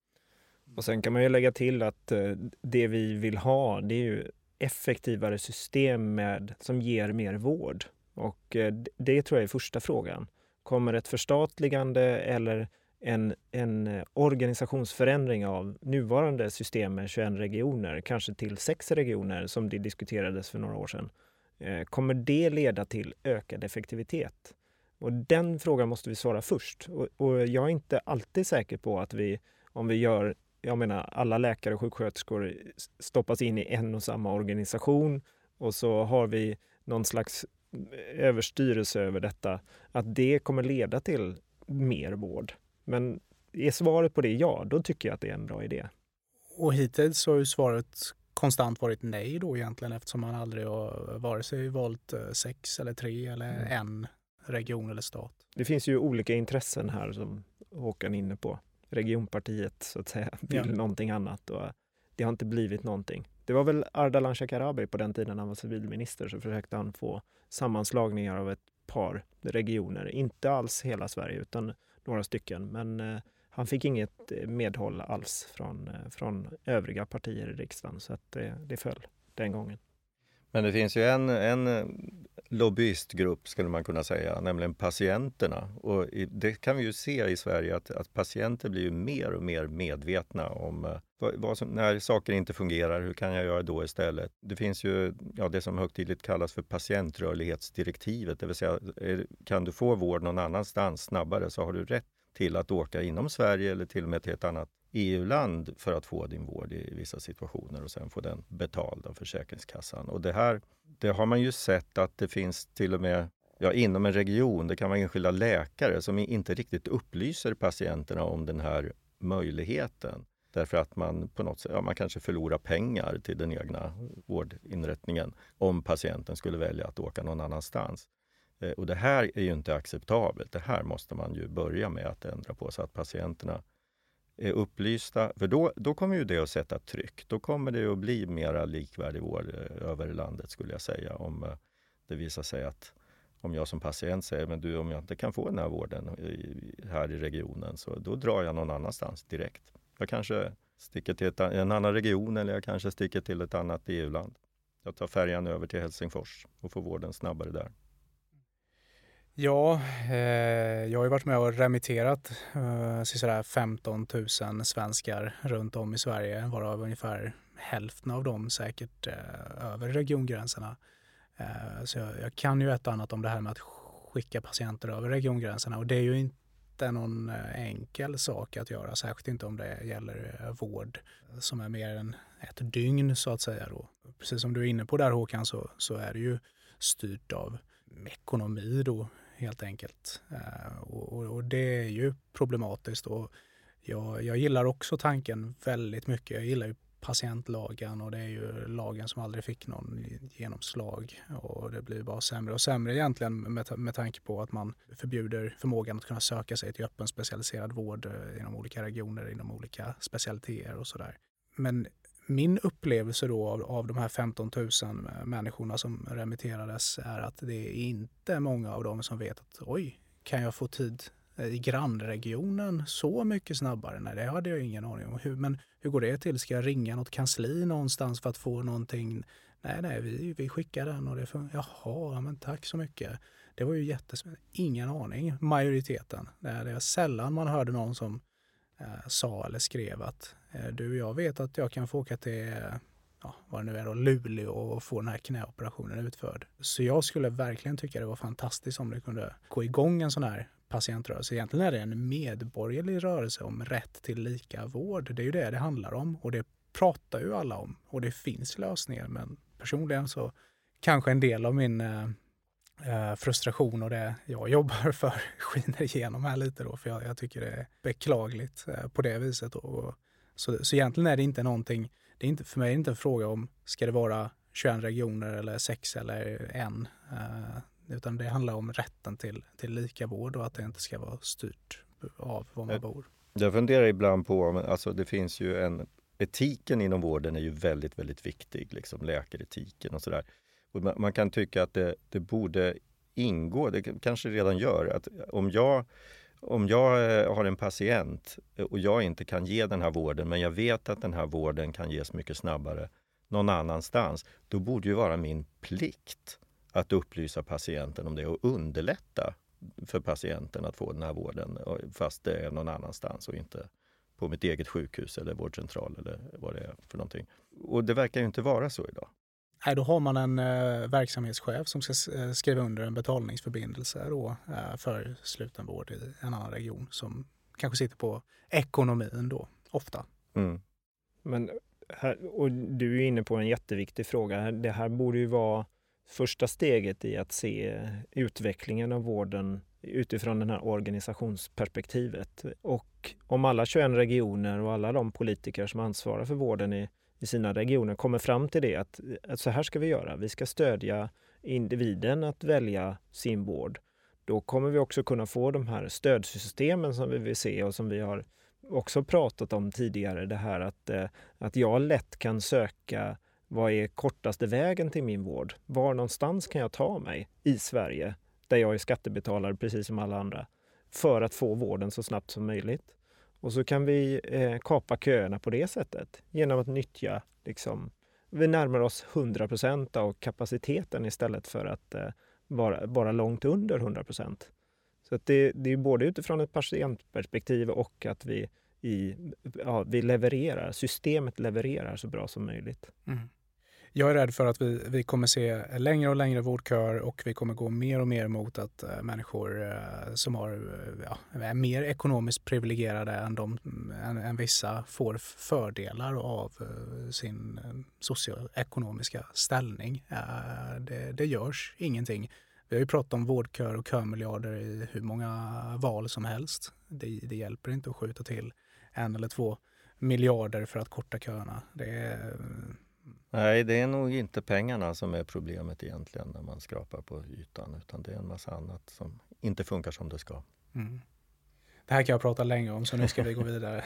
Och sen kan man ju lägga till att eh, det vi vill ha, det är ju effektivare system med, som ger mer vård. Och eh, det tror jag är första frågan. Kommer ett förstatligande eller en, en organisationsförändring av nuvarande system med tjugoett regioner, kanske till sex regioner som det diskuterades för några år sedan, eh, kommer det leda till ökad effektivitet? Och den frågan måste vi svara först. Och, och jag är inte alltid säker på att vi, om vi gör, jag menar alla läkare och sjuksköterskor stoppas in i en och samma organisation och så har vi någon slags överstyrelse över detta, att det kommer leda till mer vård. Men är svaret på det ja, då tycker jag att det är en bra idé. Och hittills har ju svaret konstant varit nej då egentligen, eftersom man aldrig har vare sig valt sex eller tre eller mm. en region eller stat. Det finns ju olika intressen här som Håkan är inne på. Regionpartiet så att säga vill ja. någonting annat, och det har inte blivit någonting. Det var väl Ardalan Shekarabi på den tiden han var civilminister, så försökte han få sammanslagningar av ett par regioner. Inte alls hela Sverige utan några stycken, men eh, han fick inget medhåll alls från, eh, från övriga partier i riksdagen, så att eh, det föll den gången. Men det finns ju en, en lobbyistgrupp skulle man kunna säga, nämligen patienterna. Och det kan vi ju se i Sverige att, att patienter blir ju mer och mer medvetna om vad, vad som, när saker inte fungerar, hur kan jag göra då istället? Det finns ju ja, det som högtidligt kallas för patientrörlighetsdirektivet, det vill säga kan du få vård någon annanstans snabbare så har du rätt till att åka inom Sverige eller till och med till ett annat E U-land för att få din vård i vissa situationer och sen få den betald av Försäkringskassan. Och det här, det har man ju sett att det finns till och med ja, inom en region, det kan vara enskilda läkare som inte riktigt upplyser patienterna om den här möjligheten. Därför att man på något sätt, ja, man kanske förlorar pengar till den egna vårdinrättningen om patienten skulle välja att åka någon annanstans. Och det här är ju inte acceptabelt. Det här måste man ju börja med att ändra på så att patienterna är upplysta. För då, då kommer ju det att sätta tryck. Då kommer det att bli mera likvärdig vård över landet skulle jag säga. Om det visar sig att om jag som patient säger men du, om jag inte kan få den här vården i, här i regionen så då drar jag någon annanstans direkt. Jag kanske sticker till ett, en annan region eller jag kanske sticker till ett annat E U-land. Jag tar färjan över till Helsingfors och får vården snabbare där. Ja, eh, jag har ju varit med och remitterat eh, sådär femton tusen svenskar runt om i Sverige, varav ungefär hälften av dem säkert eh, över regiongränserna. Så jag, jag kan ju ett och annat om det här med att skicka patienter över regiongränserna, och det är ju inte någon enkel sak att göra, särskilt inte om det gäller vård som är mer än ett dygn så att säga då. Precis som du är inne på där Håkan, så, så är det ju styrt av ekonomi då helt enkelt. Och, och, och det är ju problematiskt, och jag, jag gillar också tanken väldigt mycket. Jag gillar ju patientlagen, och det är ju lagen som aldrig fick någon genomslag, och det blir bara sämre och sämre egentligen med, med tanke på att man förbjuder förmågan att kunna söka sig till öppen specialiserad vård inom olika regioner, inom olika specialiteter och sådär. Men min upplevelse då av, av de här femton tusen människorna som remitterades är att det är inte många av dem som vet att oj, kan jag få tid i grannregionen så mycket snabbare? Nej, det hade jag ingen aning om. Hur, men hur går det till? Ska jag ringa något kansli någonstans för att få någonting? Nej, nej, vi, vi skickar den och det får, jaha, men tack så mycket. Det var ju jättespännande. Ingen aning, majoriteten. Det är, det är sällan man hörde någon som eh, sa eller skrev att eh, du, jag vet att jag kan få åka till ja, vad det nu är då, Luleå och få den här knäoperationen utförd. Så jag skulle verkligen tycka det var fantastiskt om det kunde gå igång en sån här patientrörelse. Egentligen är det en medborgerlig rörelse om rätt till lika vård. Det är ju det det handlar om, och det pratar ju alla om, och det finns lösningar, men personligen så kanske en del av min eh, frustration och det jag jobbar för skiner igenom här lite då, för jag, jag tycker det är beklagligt eh, på det viset. Och, så, så egentligen är det inte någonting, det är inte, för mig är det inte en fråga om ska det vara tjugoett regioner eller sex eller en, eh, utan det handlar om rätten till, till lika vård, och att det inte ska vara styrt av var man bor. Jag funderar ibland på, alltså det finns ju en, etiken inom vården är ju väldigt, väldigt viktig, liksom läkaretiken och sådär. Och man, man kan tycka att det, det borde ingå, det kanske redan gör, att om jag, om jag har en patient och jag inte kan ge den här vården, men jag vet att den här vården kan ges mycket snabbare någon annanstans, då borde ju vara min plikt att upplysa patienten om det och underlätta för patienten att få den här vården, fast det är någon annanstans och inte på mitt eget sjukhus eller vårdcentral eller vad det är för någonting. Och det verkar ju inte vara så idag. Nej, då har man en eh, verksamhetschef som ska skriva under en betalningsförbindelse då, eh, för slutenvård i en annan region, som kanske sitter på ekonomin då, ofta. Mm. Men här, och du är inne på en jätteviktig fråga. Det här borde ju vara första steget i att se utvecklingen av vården utifrån det här organisationsperspektivet. Och om alla tjugoett regioner och alla de politiker som ansvarar för vården i, i sina regioner kommer fram till det, att, att så här ska vi göra. Vi ska stödja individen att välja sin vård. Då kommer vi också kunna få de här stödsystemen som vi vill se och som vi har också pratat om tidigare. Det här att, att jag lätt kan söka vad är kortaste vägen till min vård? Var någonstans kan jag ta mig i Sverige, där jag är skattebetalare precis som alla andra, för att få vården så snabbt som möjligt? Och så kan vi eh, kapa köerna på det sättet genom att nyttja, liksom, vi närmar oss hundra procent av kapaciteten istället för att eh, vara, vara långt under hundra procent. Så att det, det är både utifrån ett patientperspektiv och att vi, i, ja, vi levererar, systemet levererar så bra som möjligt. Mm. Jag är rädd för att vi, vi kommer se längre och längre vårdköer, och vi kommer gå mer och mer mot att äh, människor äh, som har, ja, är mer ekonomiskt privilegierade än, de, än, än vissa får fördelar av äh, sin äh, socioekonomiska ställning. Äh, det, det görs ingenting. Vi har ju pratat om vårdköer och kömiljarder i hur många val som helst. Det, det hjälper inte att skjuta till en eller två miljarder för att korta köerna. Det är... Nej, det är nog inte pengarna som är problemet egentligen när man skrapar på ytan, utan det är en massa annat som inte funkar som det ska. Mm. Det här kan jag prata länge om, så nu ska vi gå vidare.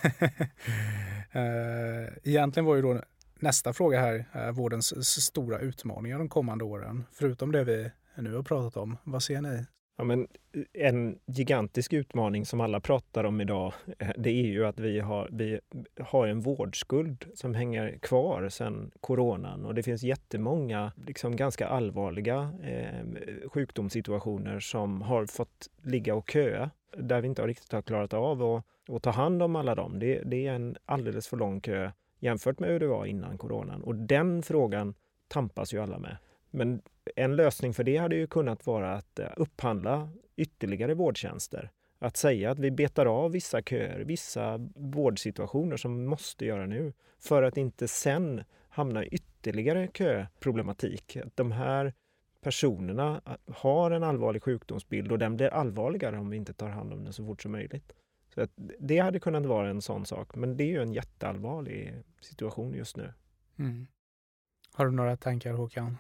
Egentligen var ju då nästa fråga här vårdens stora utmaningar de kommande åren. Förutom det vi nu har pratat om, vad ser ni? Ja, men en gigantisk utmaning som alla pratar om idag, det är ju att vi har, vi har en vårdskuld som hänger kvar sedan coronan, och det finns jättemånga liksom ganska allvarliga eh, sjukdomssituationer som har fått ligga och köa, där vi inte riktigt har klarat av att, att ta hand om alla dem. Det, det är en alldeles för lång kö jämfört med hur det var innan coronan, och den frågan tampas ju alla med. Men en lösning för det hade ju kunnat vara att upphandla ytterligare vårdtjänster. Att säga att vi betar av vissa köer, vissa vårdsituationer som måste göra nu för att inte sen hamna i ytterligare köproblematik. Att de här personerna har en allvarlig sjukdomsbild och den blir allvarligare om vi inte tar hand om den så fort som möjligt. Så att det hade kunnat vara en sån sak, men det är ju en jätteallvarlig situation just nu. Mm. Har du några tankar, Håkan?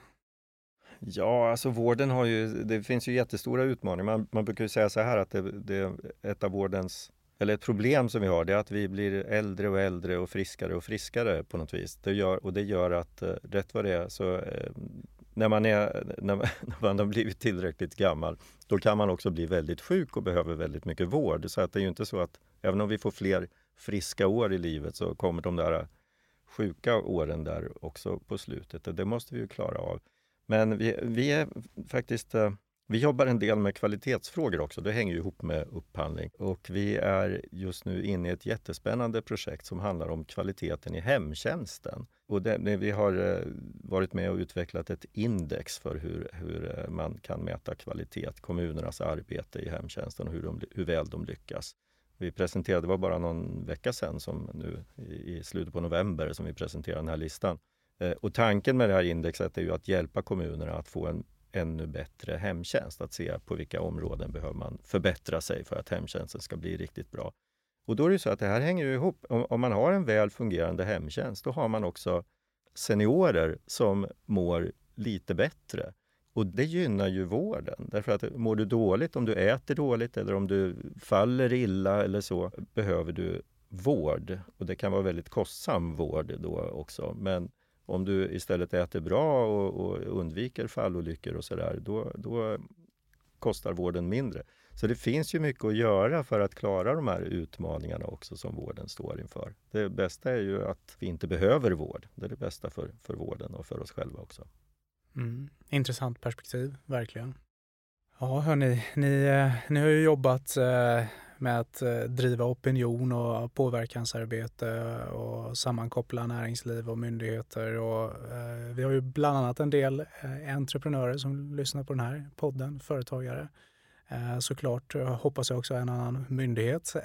Ja, alltså vården har ju, det finns ju jättestora utmaningar. Man, man brukar ju säga så här att det, det ett av vårdens, eller ett problem som vi har, det är att vi blir äldre och äldre och friskare och friskare på något vis. Det gör, och det gör att eh, rätt vad det är så eh, när man är när man, när man har blivit tillräckligt gammal, då kan man också bli väldigt sjuk och behöver väldigt mycket vård. Så att det är ju inte så att även om vi får fler friska år i livet så kommer de där sjuka åren där också på slutet. Och det måste vi ju klara av. Men vi, vi är faktiskt, vi jobbar en del med kvalitetsfrågor också. Det hänger ju ihop med upphandling. Och vi är just nu inne i ett jättespännande projekt som handlar om kvaliteten i hemtjänsten. Och det, vi har varit med och utvecklat ett index för hur, hur man kan mäta kvalitet, kommunernas arbete i hemtjänsten och hur, de, hur väl de lyckas. Vi presenterade, det var bara någon vecka sedan som nu i, i slutet på november som vi presenterade den här listan. Och tanken med det här indexet är ju att hjälpa kommunerna att få en ännu bättre hemtjänst. Att se på vilka områden behöver man förbättra sig för att hemtjänsten ska bli riktigt bra. Och då är det ju så att det här hänger ju ihop. Om, om man har en väl fungerande hemtjänst, då har man också seniorer som mår lite bättre. Och det gynnar ju vården. Därför att mår du dåligt, om du äter dåligt eller om du faller illa eller så, behöver du vård. Och det kan vara väldigt kostsam vård då också. Men om du istället äter bra och, och undviker fallolyckor och sådär, då, då kostar vården mindre. Så det finns ju mycket att göra för att klara de här utmaningarna också som vården står inför. Det bästa är ju att vi inte behöver vård. Det är det bästa för, för vården och för oss själva också. Mm. Intressant perspektiv, verkligen. Ja, hörni, ni, ni har ju jobbat med att driva opinion och påverkansarbete och sammankoppla näringsliv och myndigheter. Och, eh, vi har ju bland annat en del eh, entreprenörer som lyssnar på den här podden, företagare. Eh, såklart hoppas jag också en annan myndighet.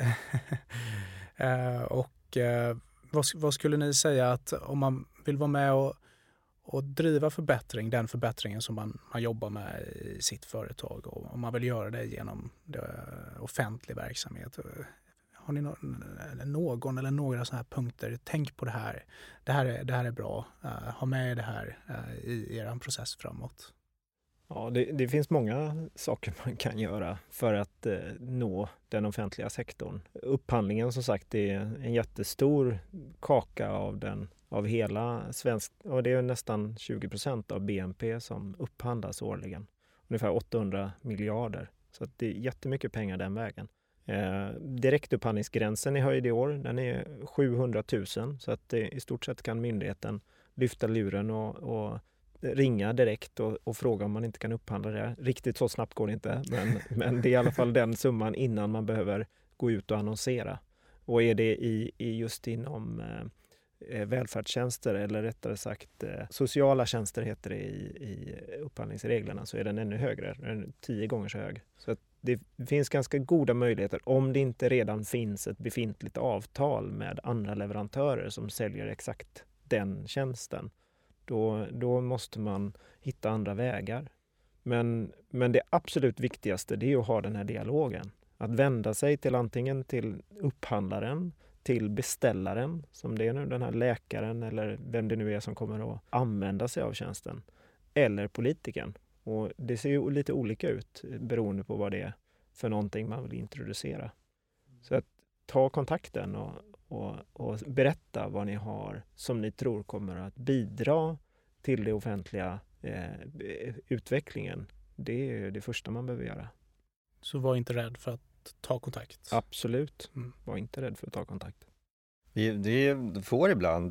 eh, och eh, vad, vad skulle ni säga att om man vill vara med och och driva förbättring, den förbättringen som man, man jobbar med i sitt företag, och om man vill göra det genom det, offentlig verksamhet. Har ni no, någon eller några sådana här punkter? Tänk på det här. Det här är, det här är bra. Uh, ha med det här uh, i er process framåt. Ja, det, det finns många saker man kan göra för att eh, nå den offentliga sektorn. Upphandlingen som sagt är en jättestor kaka av den av hela svensk, och det är nästan tjugo procent av B N P som upphandlas årligen. Ungefär åttahundra miljarder. Så att det är jättemycket pengar den vägen. Eh, direktupphandlingsgränsen är höjd i år. Den är sjuhundratusen. Så att det, i stort sett kan myndigheten lyfta luren och, och ringa direkt och, och fråga om man inte kan upphandla det. Riktigt så snabbt går det inte. Men, men det är i alla fall den summan innan man behöver gå ut och annonsera. Och är det i, i just inom eh, välfärdstjänster, eller rättare sagt eh, sociala tjänster heter det i, i upphandlingsreglerna, så är den ännu högre. Den är tio gånger så hög. Så att det finns ganska goda möjligheter, om det inte redan finns ett befintligt avtal med andra leverantörer som säljer exakt den tjänsten. Då, då måste man hitta andra vägar. Men, men det absolut viktigaste, det är att ha den här dialogen. Att vända sig till antingen till upphandlaren, till beställaren, som det är nu, den här läkaren eller vem det nu är som kommer att använda sig av tjänsten, eller politikern. Och det ser ju lite olika ut beroende på vad det är för någonting man vill introducera. Så att ta kontakten och, och, och berätta vad ni har som ni tror kommer att bidra till det offentliga eh, utvecklingen. Det är det första man behöver göra. Så var inte rädd för att ta kontakt. Absolut. Mm. Var inte rädd för att ta kontakt. Vi, vi får ibland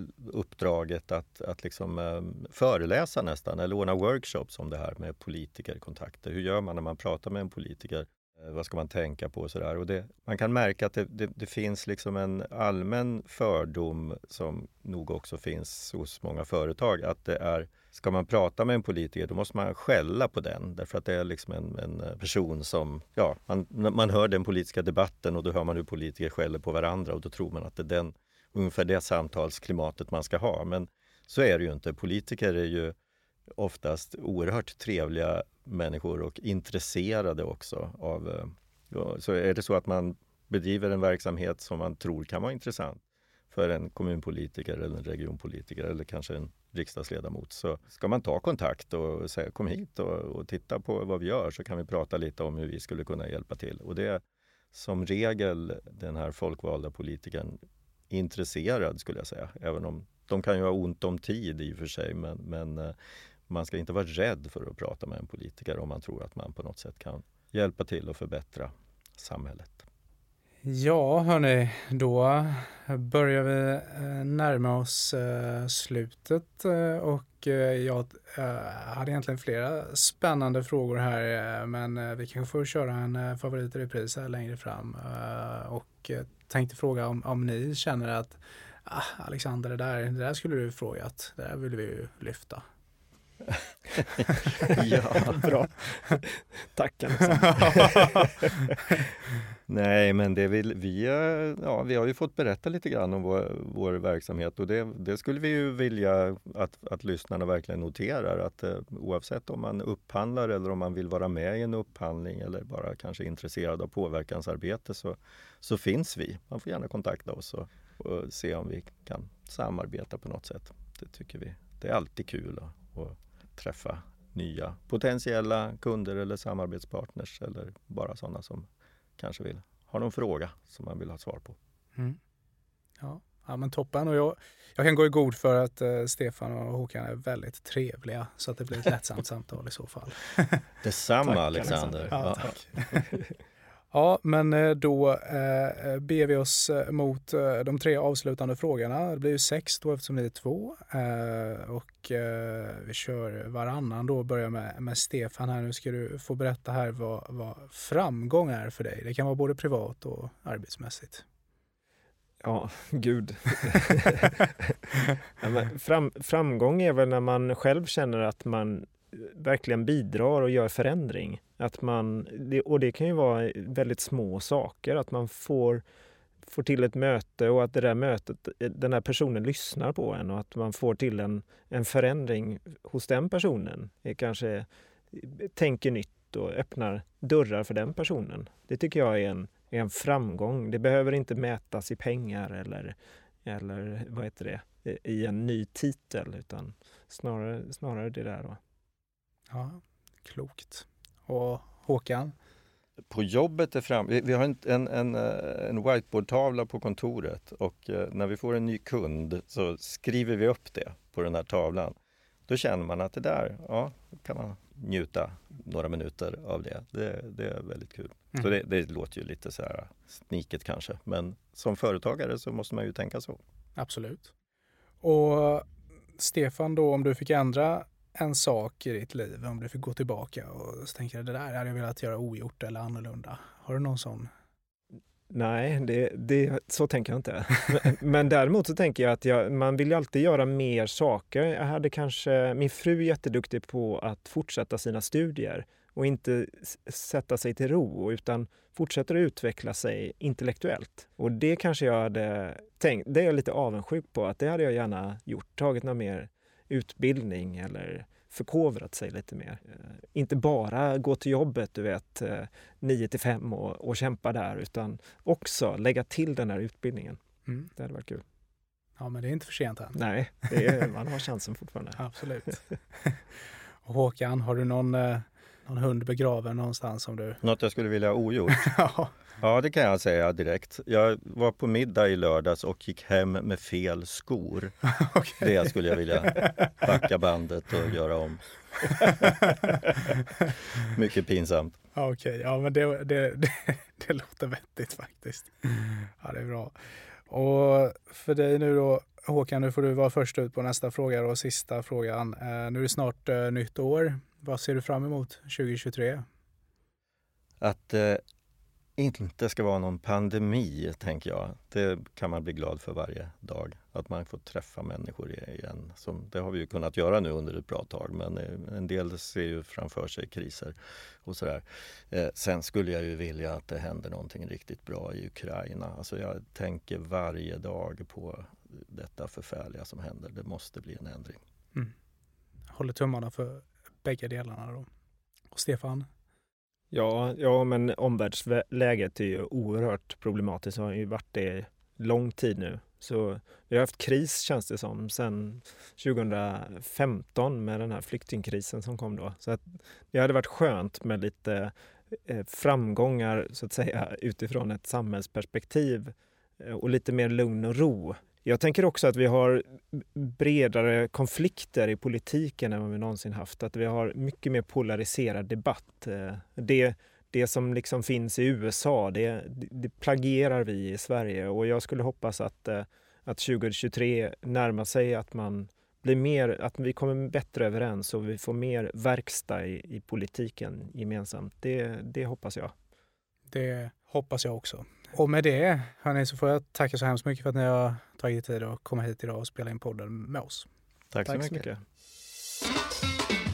uppdraget att, att liksom föreläsa nästan eller ordna workshops om det här med politikerkontakter. Hur gör man när man pratar med en politiker? Vad ska man tänka på och sådär. Och det, man kan märka att det, det, det finns liksom en allmän fördom som nog också finns hos många företag. Att det är, ska man prata med en politiker då måste man skälla på den. Därför att det är liksom en, en person som, ja, man, man hör den politiska debatten och då hör man hur politiker skäller på varandra. Och då tror man att det är den, ungefär det samtalsklimatet man ska ha. Men så är det ju inte. Politiker är ju oftast oerhört trevliga människor och intresserade också av, ja, så är det så att man bedriver en verksamhet som man tror kan vara intressant för en kommunpolitiker eller en regionpolitiker eller kanske en riksdagsledamot, så ska man ta kontakt och säga kom hit och, och titta på vad vi gör, så kan vi prata lite om hur vi skulle kunna hjälpa till. Och det är som regel den här folkvalda politikern intresserad, skulle jag säga, även om de kan ju ha ont om tid i och för sig, men, men man ska inte vara rädd för att prata med en politiker om man tror att man på något sätt kan hjälpa till att förbättra samhället. Ja, hörni, då börjar vi närma oss slutet och jag hade egentligen flera spännande frågor här, men vi kanske får köra en favorit i repris här längre fram och tänkte fråga om, om ni känner att ah, Alexander, det där, det där skulle du frågat, det där vill vi ju lyfta. Ja, bra. Tack. Nej, men det vill, vi, ja, vi har ju fått berätta lite grann om vår, vår verksamhet och det, det skulle vi ju vilja att, att lyssnarna verkligen noterar, att eh, oavsett om man upphandlar eller om man vill vara med i en upphandling eller bara kanske intresserad av påverkansarbete, så, så finns vi. Man får gärna kontakta oss och, och se om vi kan samarbeta på något sätt. Det tycker vi. Det är alltid kul att, att träffa nya potentiella kunder eller samarbetspartners eller bara sådana som kanske vill ha någon fråga som man vill ha svar på. Mm. Ja. Ja, men toppen. Och jag, jag kan gå i god för att uh, Stefan och Håkan är väldigt trevliga, så att det blir ett lättsamt samtal i så fall. Detsamma, tack, Alexander. Ja, tack. Ja, men då eh, ber vi oss mot eh, de tre avslutande frågorna. Det blir ju sex då eftersom ni är två. Eh, och eh, vi kör varannan då. Börjar med, med Stefan här. Nu ska du få berätta här vad, vad framgång är för dig. Det kan vara både privat och arbetsmässigt. Ja, gud. Ja, men fram, framgång är väl när man själv känner att man verkligen bidrar och gör förändring. Att man, och det kan ju vara väldigt små saker, att man får, får till ett möte och att det där mötet, den här personen lyssnar på en och att man får till en, en förändring hos den personen. Det kanske tänker nytt och öppnar dörrar för den personen. Det tycker jag är en, är en framgång. Det behöver inte mätas i pengar eller, eller vad heter det, i en ny titel, utan snarare, snarare det där då. Ja, klokt. Och Håkan? På jobbet är fram... Vi, vi har en, en, en, en whiteboardtavla på kontoret och eh, när vi får en ny kund så skriver vi upp det på den här tavlan. Då känner man att det där, ja, kan man njuta några minuter av det. Det, det är väldigt kul. Mm. Så det, det låter ju lite så här sniket kanske, men som företagare så måste man ju tänka så. Absolut. Och Stefan då, om du fick ändra en sak i ditt liv, om du fick gå tillbaka och tänka det där hade jag velat göra ogjort eller annorlunda. Har du någon sån? Nej, det, det, så tänker jag inte. Men, men däremot så tänker jag att jag, man vill ju alltid göra mer saker. Jag hade kanske, min fru är jätteduktig på att fortsätta sina studier och inte sätta sig till ro, utan fortsätter att utveckla sig intellektuellt. Och det kanske jag hade tänkt, det är jag lite avundsjuk på, att det hade jag gärna gjort, tagit någon mer utbildning eller förkovrat sig lite mer. Inte bara gå till jobbet, du vet, nio till fem och, och kämpa där, utan också lägga till den här utbildningen. Mm. Det hade varit kul. Ja, men det är inte för sent än. Nej, det är, man har chansen fortfarande. Absolut. Och Håkan, har du någon, någon hund begraven någonstans som du... Något jag skulle vilja ha ogjort? Ja. Ja, det kan jag säga direkt. Jag var på middag i lördags och gick hem med fel skor. Okay. Det skulle jag vilja backa bandet och göra om. Mycket pinsamt. Okej, okay. Ja men det, det, det, det låter vettigt faktiskt. Ja, det är bra. Och för dig nu då, Håkan, nu får du vara först ut på nästa fråga och sista frågan. Nu är det snart uh, nytt år. Vad ser du fram emot tjugo tjugotre? att det inte ska vara någon pandemi, tänker jag. Det kan man bli glad för varje dag. Att man får träffa människor igen. Som, det har vi ju kunnat göra nu under ett bra tag, men en del ser ju framför sig kriser och sådär. Eh, sen skulle jag ju vilja att det händer någonting riktigt bra i Ukraina. Alltså jag tänker varje dag på detta förfärliga som händer. Det måste bli en ändring. Mm. Håller tummarna för bägge delarna då. Och Stefan? Ja, ja, men omvärldsläget är ju oerhört problematiskt. Det har ju varit det lång tid nu. Så vi har haft kris, känns det som, sedan tjugohundrafemton med den här flyktingkrisen som kom då. Så att det hade varit skönt med lite eh, framgångar, så att säga, utifrån ett samhällsperspektiv eh, och lite mer lugn och ro. Jag tänker också att vi har bredare konflikter i politiken än vad vi någonsin haft. Att vi har mycket mer polariserad debatt. Det, det som liksom finns i U S A, det, det plagierar vi i Sverige. Och jag skulle hoppas att, att tjugohundratjugotre närmar sig att man blir mer, att vi kommer bättre överens och vi får mer verkstad i, i politiken gemensamt. Det, det hoppas jag. Det hoppas jag också. Och med det, hörni, så får jag tacka så hemskt mycket för att ni har tagit tid att komma hit idag och spela in podden med oss. Tack så Tack så mycket. mycket.